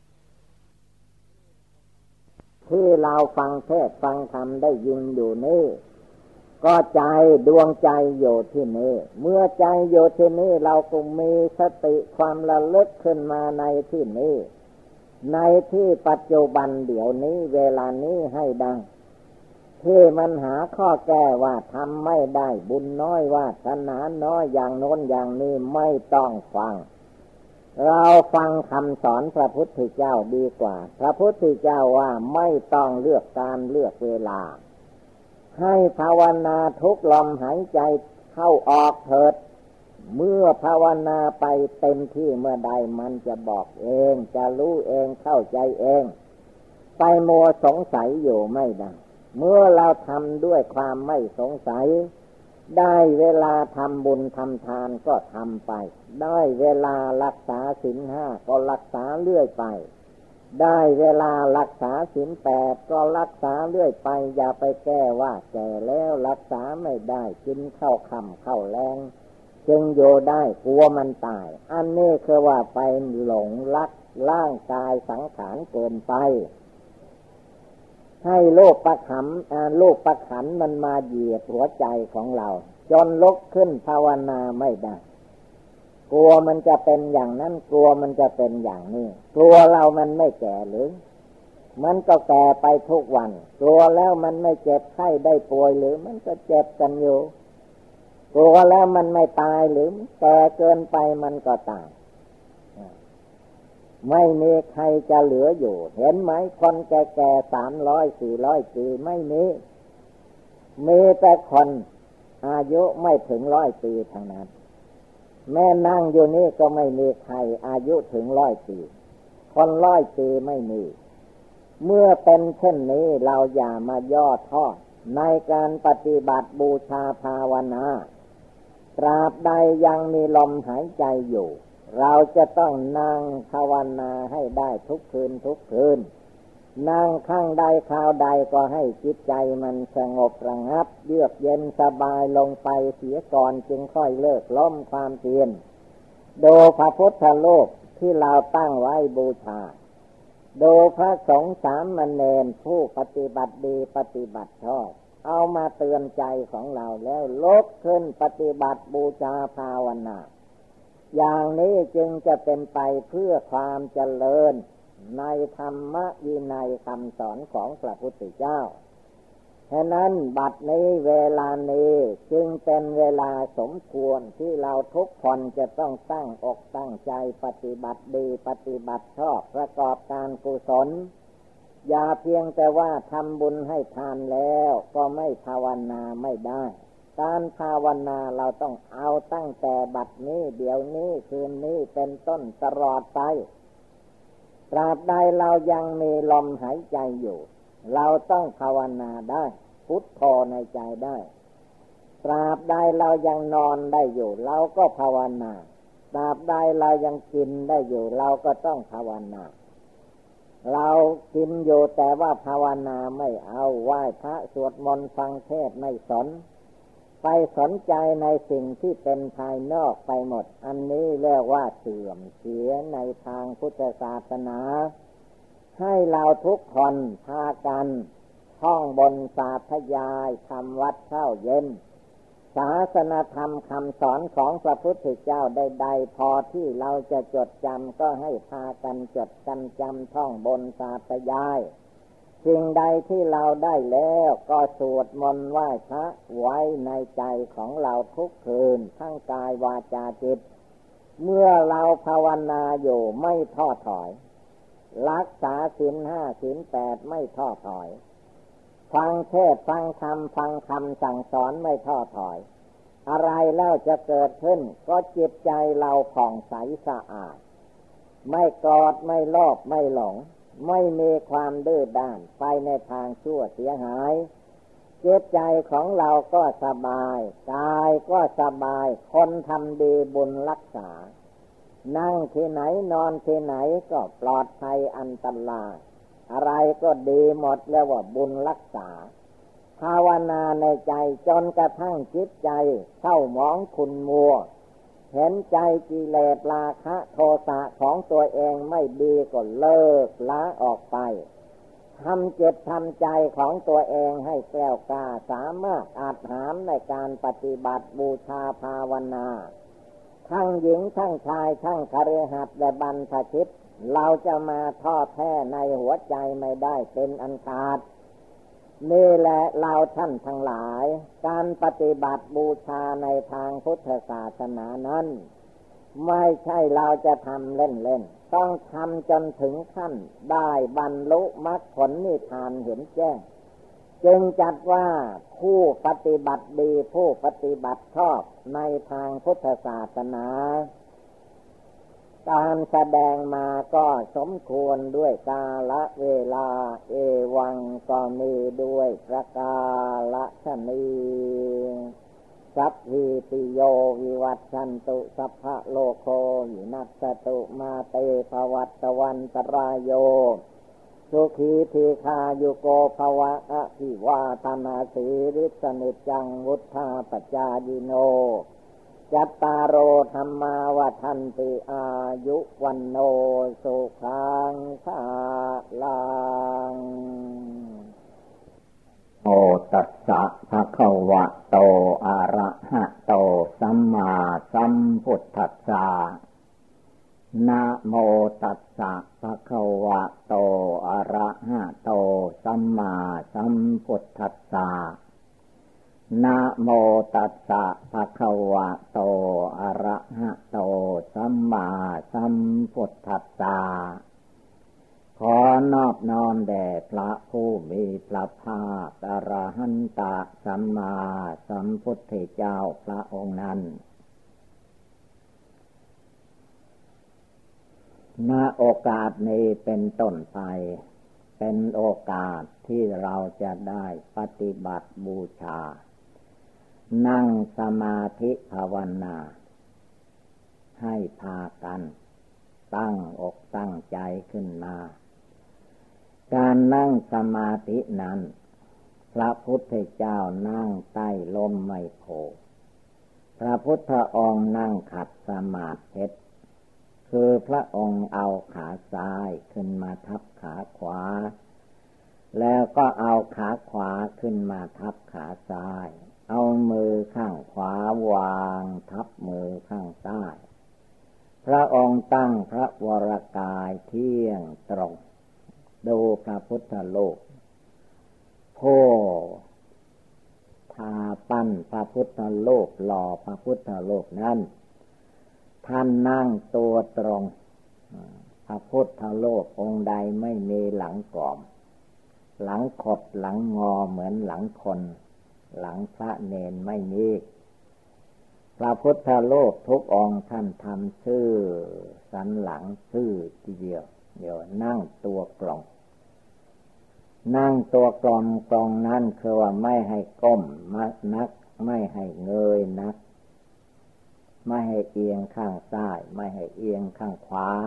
ที่เราฟังเทศน์ฟังธรรมได้ยินอยู่นี่ก็ใจดวงใจอยู่ที่นี่เมื่อใจอยู่ที่นี่เราก็มีสติความระลึกขึ้นมาในที่นี้ในที่ปัจจุบันเดี๋ยวนี้เวลานี้ให้ได้ที่มันหาข้อแก้ว่าทำไม่ได้บุญน้อยวาสนาน้อยอย่างโน้นอย่างนี้ไม่ต้องฟังเราฟังคำสอนพระพุทธเจ้าดีกว่าพระพุทธเจ้าว่าไม่ต้องเลือกการเลือกเวลาให้ภาวนาทุกลมหายใจเข้าออกเถิดเมื่อภาวนาไปเต็มที่เมื่อใดมันจะบอกเองจะรู้เองเข้าใจเองไปมัวสงสัยอยู่ไม่ได้เมื่อเราทำด้วยความไม่สงสัยได้เวลาทำบุญทำทานก็ทำไปได้เวลารักษาศีลห้าก็รักษาเรื่อยไปได้เวลารักษาศีลแปดก็รักษาเรื่อยไปอย่าไปแก้ว่าแก่แล้วรักษาไม่ได้กินข้าวค่ำข้าวแรงจึงอยู่ได้กลัวมันตายอันนี้คือว่าไปหลงรักร่างกายสังขารเกินไปให้โลกประขันมันมาเหยียบหัวใจของเราจนลุกขึ้นภาวนาไม่ได้กลัวมันจะเป็นอย่างนั้นกลัวมันจะเป็นอย่างนี้กลัวเรามันไม่แก่หรือมันก็แก่ไปทุกวันกลัวแล้วมันไม่เจ็บไข้ได้ป่วยหรือมันก็เจ็บกันอยู่กลัวแล้วมันไม่ตายหรือแก่เกินไปมันก็ตายไม่มีใครจะเหลืออยู่เห็นไหมคนแก่ๆ300-400 ปีไม่มีแต่คนอายุไม่ถึง100 ปีทั้งนั้นแม่นั่งอยู่นี่ก็ไม่มีใครอายุถึง100 ปีคน100 ปีไม่มีเมื่อเป็นเช่นนี้เราอย่ามาย่อท้อในการปฏิบัติบูชาภาวนาตราบใดยังมีลมหายใจอยู่เราจะต้องนั่งภาวนาให้ได้ทุกคืนนั่งข้างใดคราวใดก็ให้จิตใจมันสงบระงับเยือกเย็นสบายลงไปเสียก่อนจึงค่อยเลิกล้มความเพียรดูพระพุทธรูปที่เราตั้งไว้บูชาดูพระสงฆ์สามเณรผู้ปฏิบัติดีปฏิบัติชอบเอามาเตือนใจของเราแล้วลุกขึ้นปฏิบัติบูชาภาวนาอย่างนี้จึงจะเป็นไปเพื่อความเจริญในธรรมวินัยคำสอนของพระพุทธเจ้าฉะนั้นบัดนี้เวลานี้จึงเป็นเวลาสมควรที่เราทุกคนจะต้องตั้งอกตั้งใจปฏิบัติดีปฏิบัติชอบประกอบการกุศลอย่าเพียงแต่ว่าทำบุญให้ทานแล้วก็ไม่ภาวนาไม่ได้การภาวนาเราต้องเอาตั้งแต่บัดนี้เดี๋ยวนี้คืนนี้เป็นต้นตลอดไปตราบใดเรายังมีลมหายใจอยู่เราต้องภาวนาได้พุทโธในใจได้ตราบใดเรายังนอนได้อยู่เราก็ภาวนาตราบใดเรายังกินได้อยู่เราก็ต้องภาวนาเรากินอยู่แต่ว่าภาวนาไม่เอาไหว้พระสวดมนต์ฟังเทศน์ไม่สนไปสนใจในสิ่งที่เป็นภายนอกไปหมดอันนี้เรียกว่าเสื่อมเสียในทางพุทธศาสนาให้เราทุกคนพากันท่องบนสาธยายทำวัดเช้าเย็นศาสนธรรมคำสอนของพระพุทธเจ้าใดๆพอที่เราจะจดจำก็ให้พากันจดกันจำท่องบนสาธยายสิ่งใดที่เราได้แล้วก็สวดมนต์ไหว้พระไว้ในใจของเราทุกคืนทั้งกายวาจาจิตเมื่อเราภาวนาอยู่ไม่ท้อถอยรักษาศีล 5 ศีล 8ไม่ท้อถอยฟังเทศน์ฟังธรรมฟังคำสั่งสอนไม่ท้อถอยอะไรแล้วจะเกิดขึ้นก็จิตใจเราผ่องใสสะอาดไม่โกรธไม่โลภไม่หลงไม่มีความดื้อด้านไปในทางชั่วเสียหายจิตใจของเราก็สบายกายก็สบายคนทำดีบุญรักษานั่งที่ไหนนอนที่ไหนก็ปลอดภัยอันตรายอะไรก็ดีหมดแล้วว่าบุญรักษาภาวนาในใจจนกระทั่งจิตใจเศร้าหมองขุ่นมัวเห็นใจกิเลสราคะโทสะของตัวเองไม่ดีก็เลิกละออกไปทำจิตทำใจของตัวเองให้แกล้วกล้าสามารถอาจหารในการปฏิบัติบูชาภาวนาทั้งหญิงทั้งชายทั้งคฤหัสถ์และบรรพชิตเราจะมาท้อแท้ในหัวใจไม่ได้เป็นอันขาดนี่แหละเราท่านทั้งหลายการปฏิบัติบูชาในทางพุทธศาสนานั้นไม่ใช่เราจะทำเล่นๆต้องทำจนถึงขั้นได้บรรลุมรรคผลนิพพานเห็นแจ้งจึงจัดว่าผู้ปฏิบัติดีผู้ปฏิบัติชอบในทางพุทธศาสนาการแสดงมาก็สมควรด้วยกาลเวลาเอวังก็มีด้วยประกาศนีสัพพิติโยวิวัชชันตุสัพพะโลกโควินัสสตุมาเตภวัตวันตรายโยสุขีทีคายุโกภวะอภิวาทนาสีริสนิจังวุฒาปจายิโนจัตตารโอธรรมาวัฏันติอายุวันโนสุขังภาลังโอตัสสะภะคะวะโตอะระหะโตสัมมาสัมพุทธัสสะนะโมตัสสะภะคะวะโตอะระหะโตสัมมาสัมพุทธัสสะนะโมตัสสะภะคะวะโตอะระหะโตสัมมาสัมพุทธัสสะขอนอบน้อมแด่พระผู้มีพระภาคอรหันตสัมมาสัมพุทธเจ้าพระองค์นั้นณโอกาสนี้เป็นต้นไปเป็นโอกาสที่เราจะได้ปฏิบัติบูชานั่งสมาธิภาวนาให้พากันตั้งอกตั้งใจขึ้นมาการนั่งสมาธินั้นพระพุทธเจ้านั่งใต้ร่มไมโพธิ์พระพุทธองค์นั่งขัดสมาธิคือพระองค์เอาขาซ้ายขึ้นมาทับขาขวาแล้วก็เอาขาขวาขึ้นมาทับขาซ้ายเอามือข้างขวาวางทับมือข้างซ้ายพระองค์ตั้งพระวรกายเที่ยงตรงดูพระพุทธรูปผู้ทาปั้นพระพุทธรูปหล่อพระพุทธรูปนั้นท่านนั่งตัวตรงพระพุทธรูปองค์ใดไม่มีหลังกอมหลังขดหลังงอเหมือนหลังคนหลังพระเนนไม่มีพระพุทธรูปทุกองค์ท่านทำชื่อสันหลังชื่อทีเดียวเดี๋ยวนั่งตัวกลองนั่งตัวกลองนั่นคือว่าไม่ให้ก้มนักไม่ให้เงยนักไม่ให้เอียงข้างซ้ายไม่ให้เอียงข้างขวา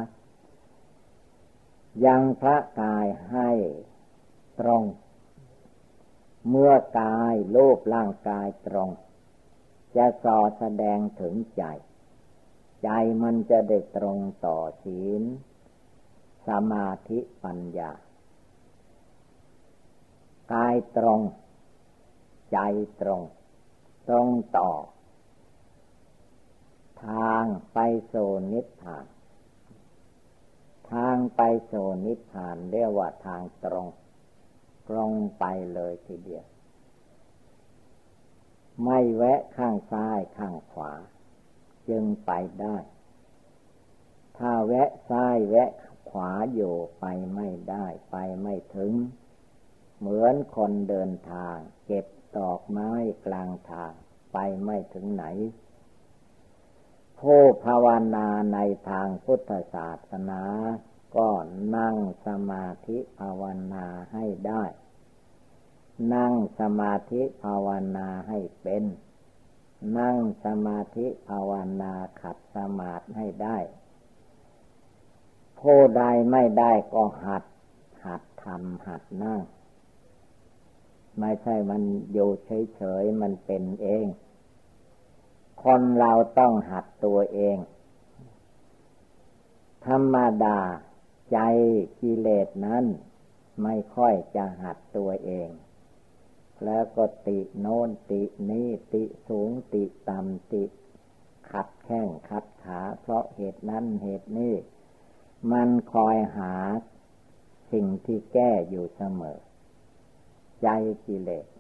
ยังพระกายให้ตรงเมื่อกายรูปร่างกายตรงจะส่อแสดงถึงใจใจมันจะได้ตรงต่อศีลสมาธิปัญญากายตรงใจตรงตรงต่อทางไปสู่นิพพานทางไปสู่นิพพานเรียกว่าทางตรงไปเลยทีเดียวไม่แวะข้างซ้ายข้างขวาจึงไปได้ถ้าแวะซ้ายแวะขวาอยู่ไปไม่ได้ไปไม่ถึงเหมือนคนเดินทางเก็บดอกไม้กลางทางไปไม่ถึงไหนผู้ภาวนาในทางพุทธศาสนาก็นั่งสมาธิภาวนาให้ได้นั่งสมาธิภาวนาให้เป็นนั่งสมาธิภาวนาขัดสมาธิให้ได้ผู้ใดไม่ได้ก็หัดทำหัดนั่งไม่ใช่มันอยู่เฉยๆมันเป็นเองคนเราต้องหัดตัวเองธรรมดาใจกิเลสนั้นไม่ค่อยจะหัดตัวเองแล้วก็ติโน้นตินี้ติสูงติต่ำติขัดแข้งขัดขาเพราะเหตุนั้นเหตุนี้มันคอยหาสิ่งที่แก้อยู่เสมอใจกิเลส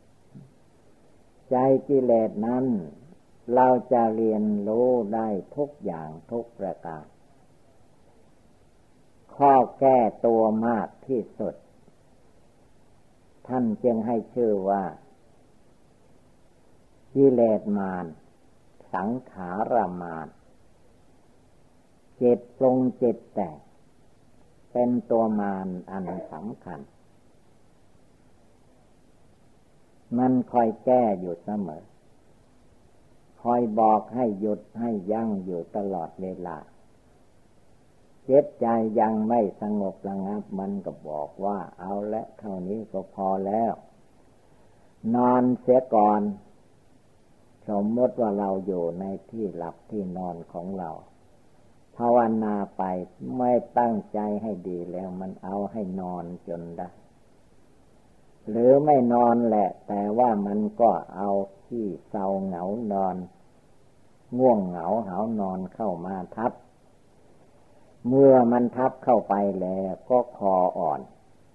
นั้นเราจะเรียนรู้ได้ทุกอย่างทุกประการข้อแก้ตัวมากที่สุดท่านจึงให้ชื่อว่ากิเลสมารสังขารมารจิตปรุงจิตแต่งเป็นตัวมารอันสำคัญมันคอยแก้อยู่เสมอคอยบอกให้หยุดให้ยั้งอยู่ตลอดเวลาเจ็บใจยังไม่สงบระงับมันก็บอกว่าเอาละเท่านี้ก็พอแล้วนอนเสียก่อนสมมติว่าเราอยู่ในที่หลับที่นอนของเราภาวนาไปไม่ตั้งใจให้ดีแล้วมันเอาให้นอนจนได้หรือไม่นอนแหละแต่ว่ามันก็เอาที่เศร้าเหงานอนง่วงเหงาหาวนอนเข้ามาทับเมื่อมันทับเข้าไปแล้วก็คออ่อน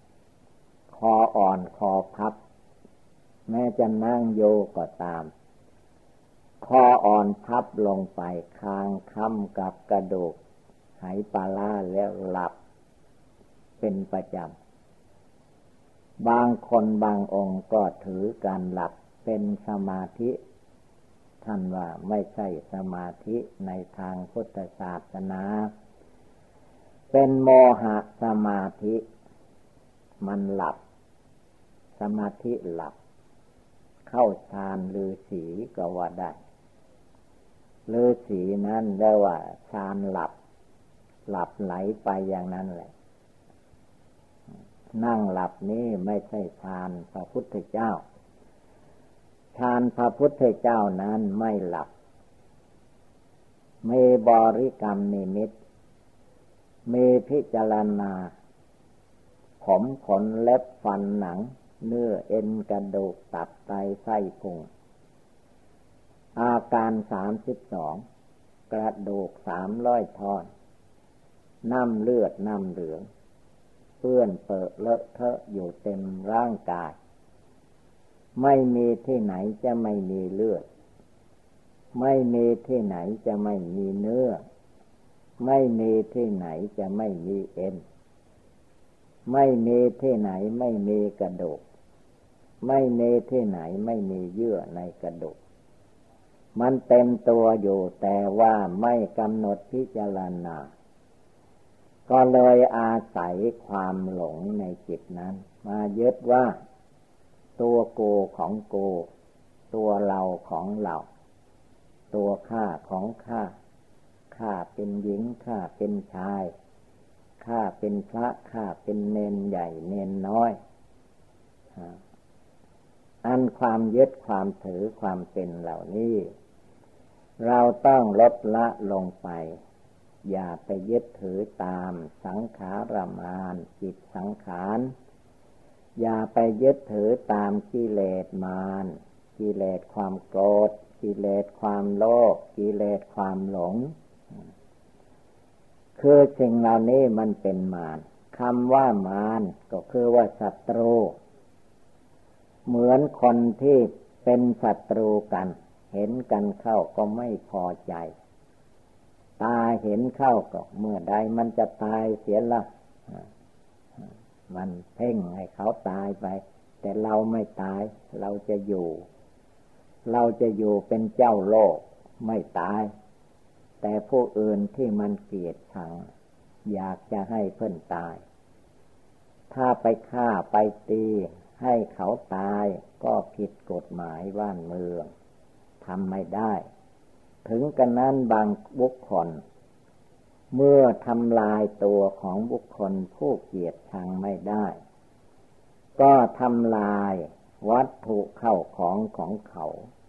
คอพับแม้จะนั่งโยก็ตามคออ่อนพับลงไปคางค้ำกับกระดูกไหปลาร้าแล้วหลับเป็นประจำบางคนบางองค์ก็ถือการหลับเป็นสมาธิท่านว่าไม่ใช่สมาธิในทางพุทธศาสนาเป็นโมหะสมาธิมันหลับสมาธิหลับเข้าฌานฤาษีก็ว่าได้ฤาษีนั้นเรียกว่าฌานหลับไหลไปอย่างนั้นแหละนั่งหลับนี้ไม่ใช่ฌานพระพุทธเจ้าฌานพระพุทธเจ้านั้นไม่หลับมีบริกรรมนิมิตมีพิจารณาผมขนเล็บฟันหนังเนื้อเอ็นกระดูกตับไตไส้พุงอาการ32กระดูก300ท่อนน้ำเลือดน้ำเหลืองเปื้อนเปรอะเลอะเทอะอยู่เต็มร่างกายไม่มีที่ไหนจะไม่มีเลือดไม่มีที่ไหนจะไม่มีเนื้อไม่มีที่ไหนจะไม่มีเอ็นไม่มีที่ไหนไม่มีกระดูกไม่มีที่ไหนไม่มีเยื่อในกระดูกมันเต็มตัวอยู่แต่ว่าไม่กำหนดพิจารณาก็เลยอาศัยความหลงในจิตนั้นมายึดว่าตัวกูของกูตัวเราของเราตัวข้าของข้าข้าเป็นหญิงข้าเป็นชายข้าเป็นพระข้าเป็นเณรใหญ่เณรน้อยอันความยึดความถือความเป็นเหล่านี้เราต้องลดละลงไปอย่าไปยึดถือตามสังขารมารจิตสังขารอย่าไปยึดถือตามกิเลสมารกิเลสความโกรธกิเลสความโลภกิเลสความหลงคือสิ่งเหล่านี้มันเป็นมารคำว่ามารก็คือว่าศัตรูเหมือนคนที่เป็นศัตรูกันเห็นกันเข้าก็ไม่พอใจตาเห็นเข้าก็เมื่อใดมันจะตายเสียละมันเพ่งให้เขาตายไปแต่เราไม่ตายเราจะอยู่เป็นเจ้าโลกไม่ตายแต่ผู้อื่นที่มันเกลียดชังอยากจะให้เพิ่นตายถ้าไปฆ่าไปตีให้เขาตายก็ผิดกฎหมายบ้านเมืองทำไม่ได้ถึงกระนั้นบางบุคคลเมื่อทำลายตัวของบุคคลผู้เกลียดชังไม่ได้ก็ทำลายวัตถุเข้าของเขา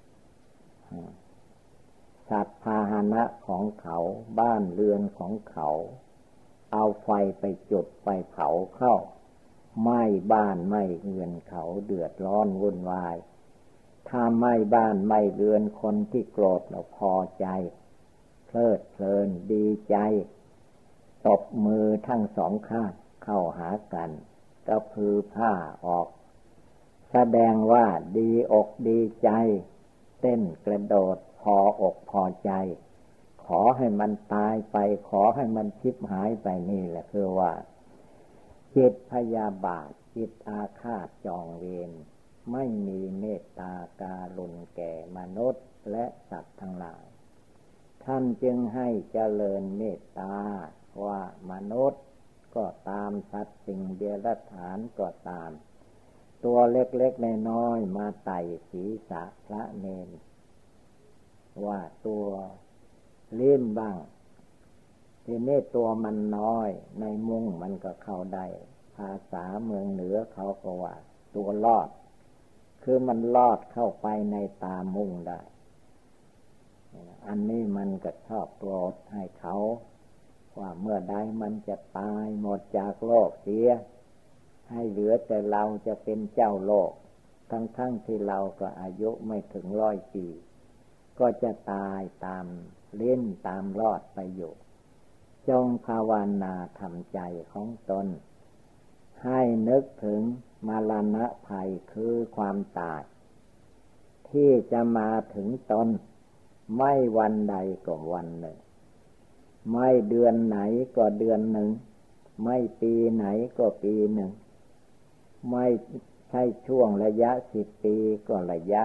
สัตว์พาหนะของเขาบ้านเรือนของเขาเอาไฟไปจุดไปเผาเข้าไหม้บ้านไหม้เรือนเขาเดือดร้อนวุ่นวายถ้าไหม้บ้านไหม้เรือนคนที่โกรธเราพอใจเพลิดเพลินดีใจตบมือทั้งสองข้างเข้าหากันกระพือผ้าออกแสดงว่าดีอกดีใจเต้นกระโดดพออกพอใจขอให้มันตายไปขอให้มันชิบหายไปนี่แหละคือว่าจิตพยาบาทจิตอาฆาตจองเวรไม่มีเมตตาการุณแก่มนุษย์และสัตว์ทั้งหลายท่านจึงให้เจริญเมตตาว่ามนุษย์ก็ตามสัตว์สิ่งเดรัจฉานก็ตามตัวเล็กๆน้อยๆมาไต่ศีรษะพระเนรว่าตัวลิ้มบ้างทีนี้ตัวมันน้อยในมุ้งมันก็เข้าได้ภาษาเมืองเหนือเขาก็ว่าตัวลอดคือมันลอดเข้าไปในตามุ้งได้อันนี้มันก็ชอบโกรธให้เขาว่าเมื่อใดมันจะตายหมดจากโลกเสียให้เหลือแต่เราจะเป็นเจ้าโลกทั้งที่เราก็อายุไม่ถึง100 ปีก็จะตายตามเล่นตามรอดไปอยู่จงภาวนาทำใจของตนให้นึกถึงมรณะภัยคือความตายที่จะมาถึงตนไม่วันใดก็วันหนึ่งไม่เดือนไหนก็เดือนหนึ่งไม่ปีไหนก็ปีหนึ่งไม่ใช่ช่วงระยะ10 ปีก็ระยะ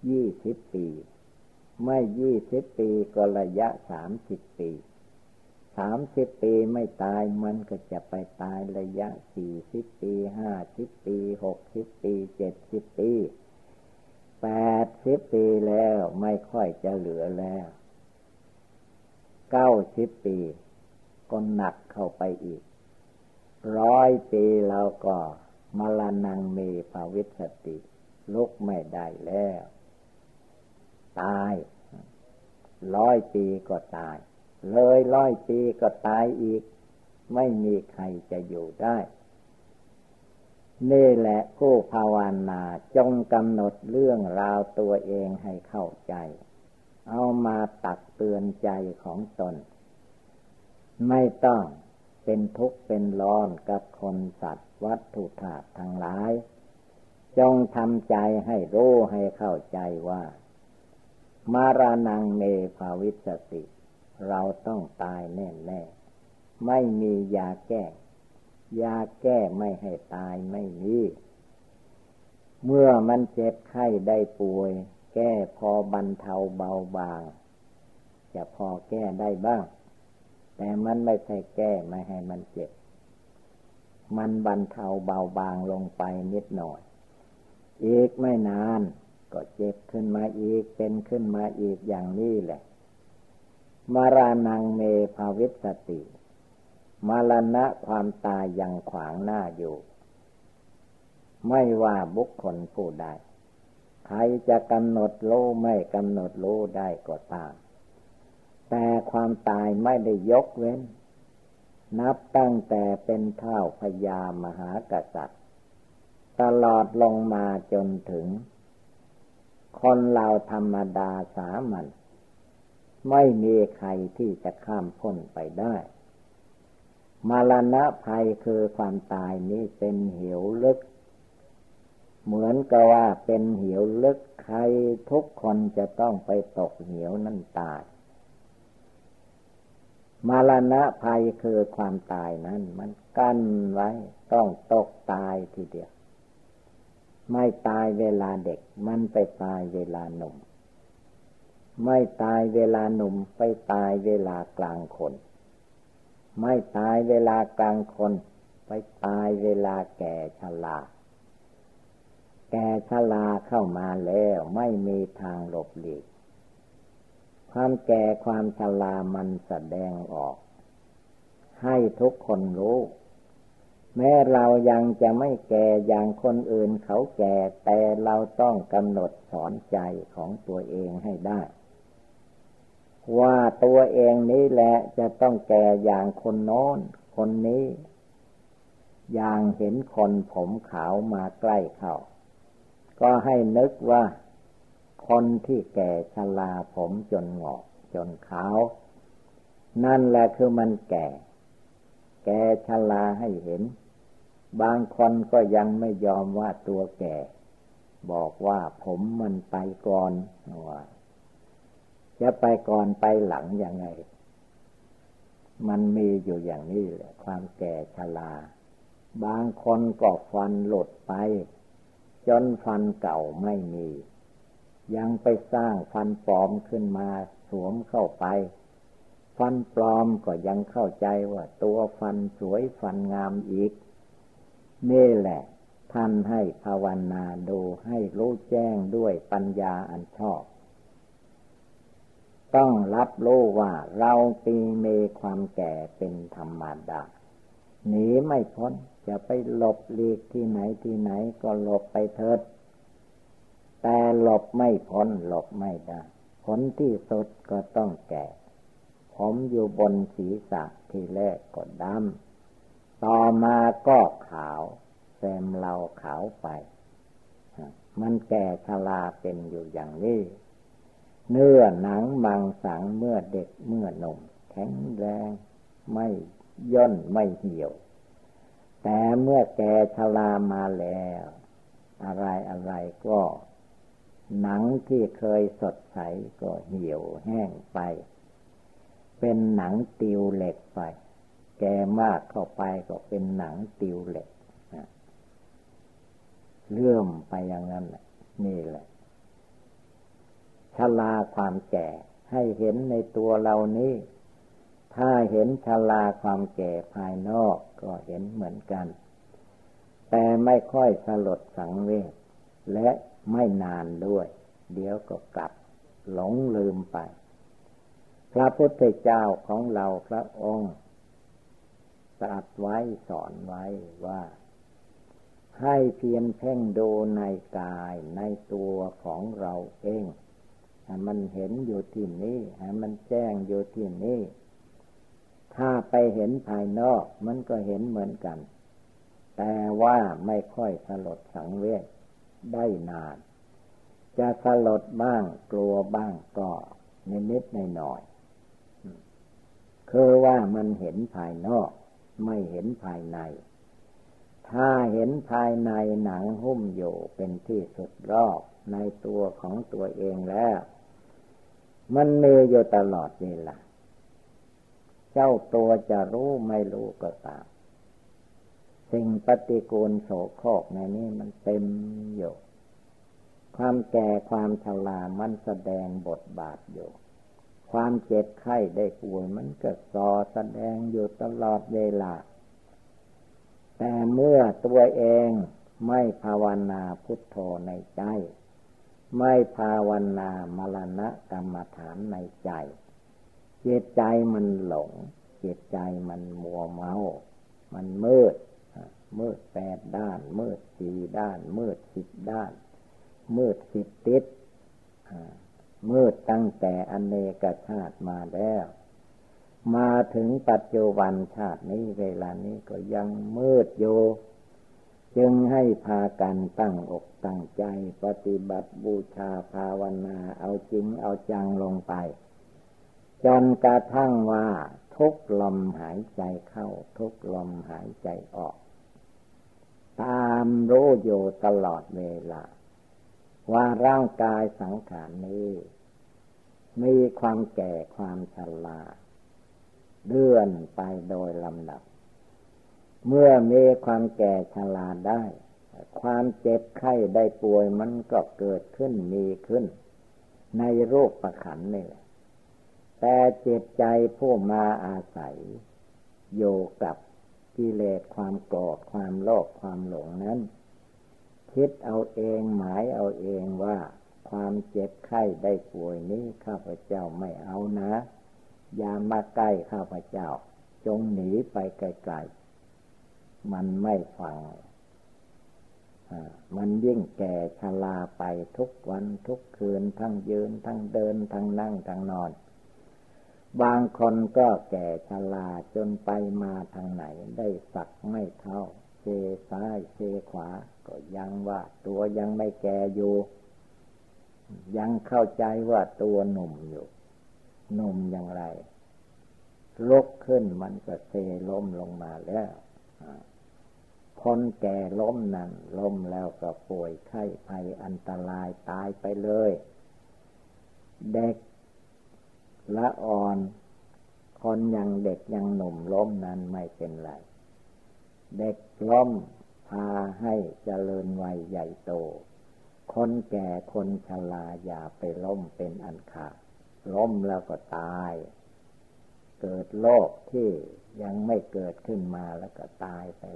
20 ปีไม่20 ปีก็ระยะ30 ปี30 ปีไม่ตายมันก็จะไปตายระยะ40 ปี50 ปี60 ปี70 ปี80 ปีแล้วไม่ค่อยจะเหลือแล้ว90 ปีก็หนักเข้าไปอีก100 ปีเราก็มรณังเมภวิสสติลุกไม่ได้แล้วตาย100 ปีก็ตายเลย100 ปีก็ตายอีกไม่มีใครจะอยู่ได้นี่แหละผู้ภาวนาจงกำหนดเรื่องราวตัวเองให้เข้าใจเอามาตักเตือนใจของตนไม่ต้องเป็นทุกข์เป็นร้อนกับคนสัตว์วัตถุธาตุทั้งหลายจงทำใจให้รู้ให้เข้าใจว่ามรณังเมภวิสสติเราต้องตายแน่ๆไม่มียาแก้ไม่ให้ตายไม่มีเมื่อมันเจ็บไข้ได้ป่วยแก้พอบรรเทาเบาบางจะพอแก้ได้บ้างแต่มันไม่ใช่แก้ไม่ให้มันเจ็บมันบรรเทาเบาบางลงไปนิดหน่อยอีกไม่นานก็เจ็บขึ้นมาอีกเป็นขึ้นมาอีกอย่างนี้แหละมรณังเมภวิสสติมรณะความตายยังขวางหน้าอยู่ไม่ว่าบุคคลผู้ใดใครจะกำหนดรู้ไม่กำหนดรู้ได้ก็ตามแต่ความตายไม่ได้ยกเว้นนับตั้งแต่เป็นเท้าพญามหากษัตริย์ตลอดลงมาจนถึงคนเราธรรมดาสามัญไม่มีใครที่จะข้ามพ้นไปได้มรณะภัยคือความตายนี้เป็นเหวลึกเหมือนกับว่าเป็นเหวลึกใครทุกคนจะต้องไปตกเหวนั้นตายมรณะภัยคือความตายนั้นมันกั้นไว้ต้องตกตายทีเดียวไม่ตายเวลาเด็กมันไปตายเวลาหนุ่มไม่ตายเวลาหนุ่มไปตายเวลากลางคนไม่ตายเวลากลางคนไปตายเวลาแก่ชราแก่ชราเข้ามาแล้วไม่มีทางหลบหลีกความแก่ความชรามันแสดงออกให้ทุกคนรู้แม้เรายังจะไม่แก่อย่างคนอื่นเขาแก่แต่เราต้องกำหนดสอนใจของตัวเองให้ได้ว่าตัวเองนี้แหละจะต้องแก่อย่างคนโน้นคนนี้อย่างเห็นคนผมขาวมาใกล้เข้าก็ให้นึกว่าคนที่แก่ชราผมจนงอกจนขาวนั่นแหละคือมันแก่ชราให้เห็นบางคนก็ยังไม่ยอมว่าตัวแก่บอกว่าผมมันไปก่อนว่าจะไปก่อนไปหลังยังไงมันมีอยู่อย่างนี้แหละความแก่ชราบางคนก็ฟันหลุดไปจนฟันเก่าไม่มียังไปสร้างฟันปลอมขึ้นมาสวมเข้าไปฟันปลอมก็ยังเข้าใจว่าตัวฟันสวยฟันงามอีกนี่แหละท่านให้ภาวนาดูให้รู้แจ้งด้วยปัญญาอันชอบต้องรับรู้ว่าเราปีมีความแก่เป็นธรรมดาหนีไม่พ้นจะไปหลบหลีกที่ไหนที่ไหนก็หลบไปเถิดแต่หลบไม่พ้นหลบไม่ได้ผลที่สุดก็ต้องแก่ผมอยู่บนศีรษะทีแรกก็ดำต่อมาก็ขาวแซมเราขาวไปมันแก่ชราเป็นอยู่อย่างนี้เนื้อหนังมังสังเมื่อเด็กเมื่อหนุ่มแข็งแรงไม่ย่นไม่เหี่ยวแต่เมื่อแก่ชรามาแล้วอะไรก็หนังที่เคยสดใสก็เหี่ยวแห้งไปเป็นหนังติวเหล็กไปแก่มากเข้าไปก็เป็นหนังติวเหล็กเลื่อมไปอย่างนั้นแหละนี่แหละชราความแก่ให้เห็นในตัวเรานี้ถ้าเห็นชราความแก่ภายนอกก็เห็นเหมือนกันแต่ไม่ค่อยสลดสังเวชและไม่นานด้วยเดี๋ยวก็กลับหลงลืมไปพระพุทธเจ้าของเราพระองค์ตรัสไว้สอนไว้ว่าให้เพียรเพ่งดูในกายในตัวของเราเองให้มันเห็นอยู่ที่นี้ให้มันแจ้งอยู่ที่นี้ถ้าไปเห็นภายนอกมันก็เห็นเหมือนกันแต่ว่าไม่ค่อยสลดสังเวชได้นานจะสลดบ้างกลัวบ้างก็นิดๆหน่อยๆคือว่ามันเห็นภายนอกไม่เห็นภายในถ้าเห็นภายในหนังหุ้มอยู่เป็นที่สุดรอบในตัวของตัวเองแล้วมันมีอยู่ตลอดเวลาเจ้าตัวจะรู้ไม่รู้ก็ตามสิ่งปฏิกูลโสโครกในนี้มันเต็มอยู่ความแก่ความชรามันแสดงบทบาทอยู่ความเจ็บไข้ได้ป่วยมันก็ส่อแสดงอยู่ตลอดเวลาแต่เมื่อตัวเองไม่ภาวนาพุทโธในใจไม่ภาวนามรณะกรรมฐานในใจจิตใจมันหลงจิตใจมันมัวเมามันมืด8 ด้านมืด4 ด้านมืด10 ด้านมืด10 ทิศมืดตั้งแต่อเนกชาติมาแล้วมาถึงปัจจุบันชาตินี้เวลานี้ก็ยังมืดอยู่จึงให้พากันตั้งอกตั้งใจปฏิบัติบูชาภาวนาเอาจริงเอาจังลงไปจนกระทั่งว่าทุกลมหายใจเข้าทุกลมหายใจออกตามรู้อยู่ตลอดเวลาว่าร่างกายสังขารนี้มีความแก่ความชราเลื่อนไปโดยลำดับเมื่อมีความแก่ชราได้ความเจ็บไข้ได้ป่วยมันก็เกิดขึ้นมีขึ้นในรูปขันธ์นี่แหละแต่จิตใจผู้มาอาศัยอยู่กับกิเลสความโกรธความโลภความหลงนั้นคิดเอาเองหมายเอาเองว่าความเจ็บไข้ได้ป่วยนี้ข้าพเจ้าไม่เอานะอย่ามาใกล้ข้าพเจ้าจงหนีไปไกลๆมันไม่ฟังมันยิ่งแก่ชราไปทุกวันทุกคืนทั้งยืนทั้งเดินทั้งนั่งทั้งนอนบางคนก็แก่ชราจนไปมาทางไหนได้สักไม่เท่าเซซ้ายเซขวาก็ยังว่าตัวยังไม่แก่อยู่ยังเข้าใจว่าตัวหนุ่มอยู่หนุ่มอย่างไรลุกขึ้นมันก็เซล้มลงมาแล้วคนแก่ล้มนั่นล้มแล้วก็ป่วยไข้ภัยอันตรายตายไปเลยเด็กละอ่อนคนยังเด็กยังหนุ่มล้มนั้นไม่เป็นไรเด็กล้มพาให้เจริญวัยใหญ่โตคนแก่คนชราอย่าไปล้มเป็นอันขาดล้มแล้วก็ตายเกิดโรคที่ยังไม่เกิดขึ้นมาแล้วก็ตายไป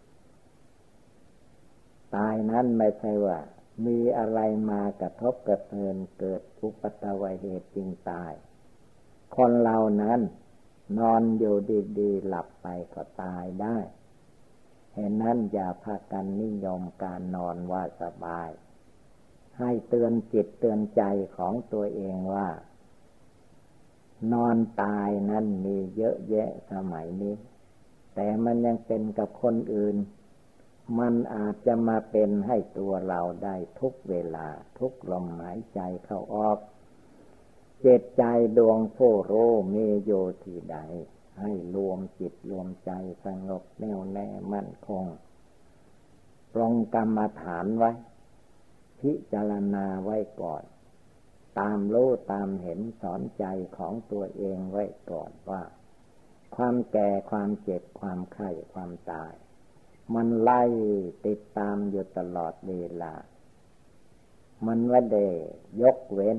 ตายนั้นไม่ใช่ว่ามีอะไรมากระทบกระเทือนเกิดอุบัติเหตุจึงตายคนเรานั้นนอนอยู่ดีๆหลับไปก็ตายได้เห็นนั้นอย่าพากันนิยมการนอนว่าสบายให้เตือนจิตเตือนใจของตัวเองว่านอนตายนั้นมีเยอะแยะสมัยนี้แต่มันยังเป็นกับคนอื่นมันอาจจะมาเป็นให้ตัวเราได้ทุกเวลาทุกลมหายใจเข้าออกจิตใจดวงผู้รู้มีอยู่ที่ใดให้รวมจิตรวมใจสงบแน่วแน่มั่นคงปรงกรรมฐานไว้พิจารณาไว้ก่อนตามรู้ตามเห็นสอนใจของตัวเองไว้ก่อนว่าความแก่ความเจ็บความไข้ความตายมันไล่ติดตามอยู่ตลอดเวลามันไม่ได้ยกเว้น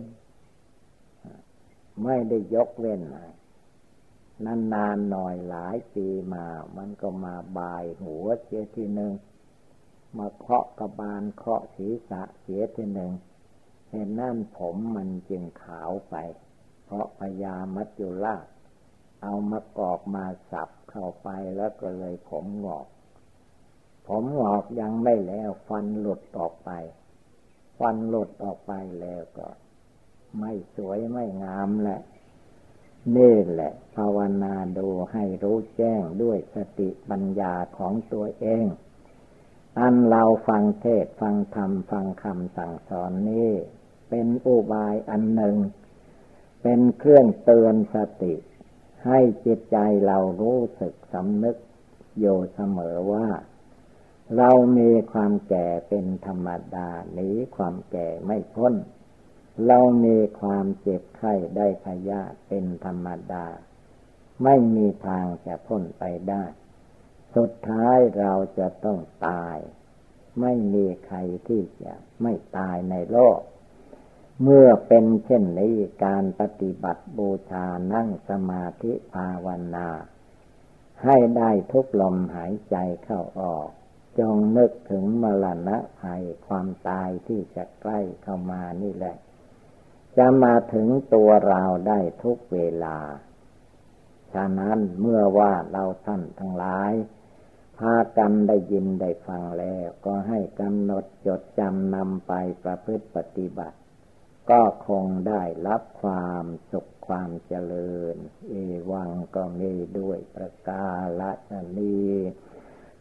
ไม่ได้ยกเว้นนานๆหน่อยหลายปีมามันก็มาบายหัวเสียทีหนึ่งมาเคาะกระบาลเคาะศีรษะเสียทีหนึ่งเห็นนั่นผมมันจึงขาวไปเพราะพญามัจจุราชเอามากอกมาสับเข้าไปแล้วก็เลยผมงอกผมงอกยังไม่แล้วฟันหลุดออกไปฟันหลุดออกไปแล้วก็ไม่สวยไม่งามแหละนี่แหละภาวนาดูให้รู้แจ้งด้วยสติปัญญาของตัวเองอันเราฟังเทศน์ฟังธรรมฟังคำสั่งสอนนี้เป็นอุบายอันหนึ่งเป็นเครื่องเตือนสติให้จิตใจเรารู้สึกสำนึกอยู่เสมอว่าเรามีความแก่เป็นธรรมดาหนีความแก่ไม่พ้นเรามีความเจ็บไข้ได้พยาธิเป็นธรรมดาไม่มีทางจะพ้นไปได้สุดท้ายเราจะต้องตายไม่มีใครที่จะไม่ตายในโลกเมื่อเป็นเช่นนี้การปฏิบัติบูชานั่งสมาธิภาวนาให้ได้ทุกลมหายใจเข้าออกจงนึกถึงมรณะภัยความตายที่จะใกล้เข้ามานี่แหละจะมาถึงตัวเราได้ทุกเวลาฉะนั้นเมื่อว่าเราท่านทั้งหลายพากันได้ยินได้ฟังแล้วก็ให้กำหนดจดจำนำไปประพฤติปฏิบัติก็คงได้รับความสุขความเจริญเอวังก็มีด้วยประกาศนี้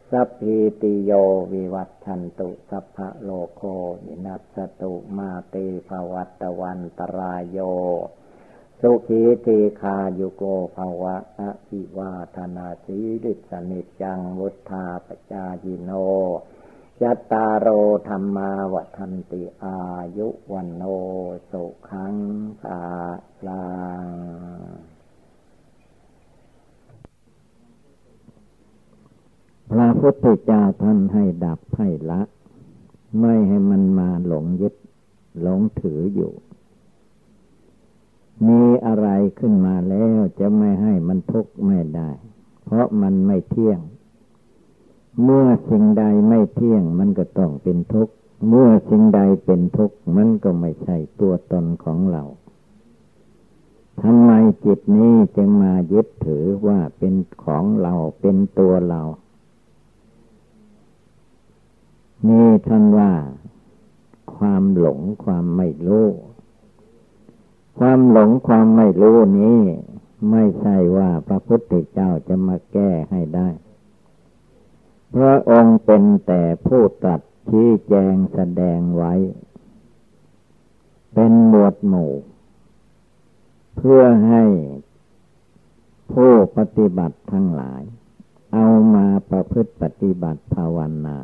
สัพพิติโยวิวัตชันตุสัพพะโลกโควินัสสตุมาเตภวัตวันตรายโยสุขีทีคายุโกภวะอภิวาทนาสีริสนิจังวุธาปจายิโนยัตตารโอธรรมาวัฏันติอายุวันโนสุขังภาลังพระพุทธเจ้าท่านให้ดับให้ละไม่ให้มันมาหลงยึดหลงถืออยู่มีอะไรขึ้นมาแล้วจะไม่ให้มันทุกข์ไม่ได้เพราะมันไม่เที่ยงเมื่อสิ่งใดไม่เที่ยงมันก็ต้องเป็นทุกข์เมื่อสิ่งใดเป็นทุกข์มันก็ไม่ใช่ตัวตนของเราทำไมจิตนี้จึงมายึดถือว่าเป็นของเราเป็นตัวเรานี่ท่านว่าความหลงความไม่รู้ความหลงความไม่รู้นี้ไม่ใช่ว่าพระพุทธเจ้าจะมาแก้ให้ได้พระองค์เป็นแต่ผู้ตรัสชี้แจงแสดงไว้เป็นหมวดหมู่เพื่อให้ผู้ปฏิบัติทั้งหลายเอามาประพฤติปฏิบัติภาวนา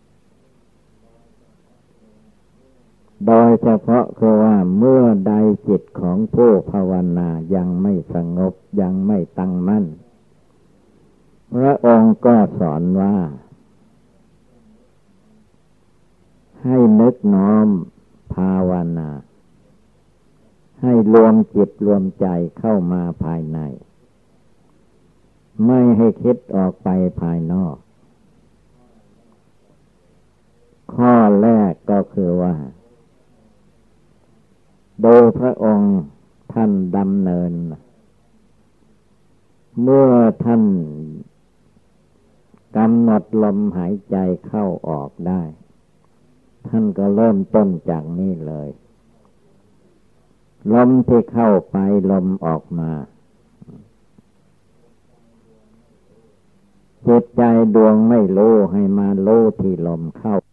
โดยเฉพาะคือว่าเมื่อใดจิตของผู้ภาวนายังไม่สงบยังไม่ตั้งมั่นพระองค์ก็สอนว่าให้นึกน้อมภาวนาให้รวมจิตรวมใจเข้ามาภายในไม่ให้คิดออกไปภายนอกข้อแรกก็คือว่าโดยพระองค์ท่านดำเนินเมื่อท่านกำหนดลมหายใจเข้าออกได้ท่านก็เริ่มต้นจากนี้เลยลมที่เข้าไปลมออกมาจิตใจดวงไม่รู้ให้มารู้ที่ลมเข้า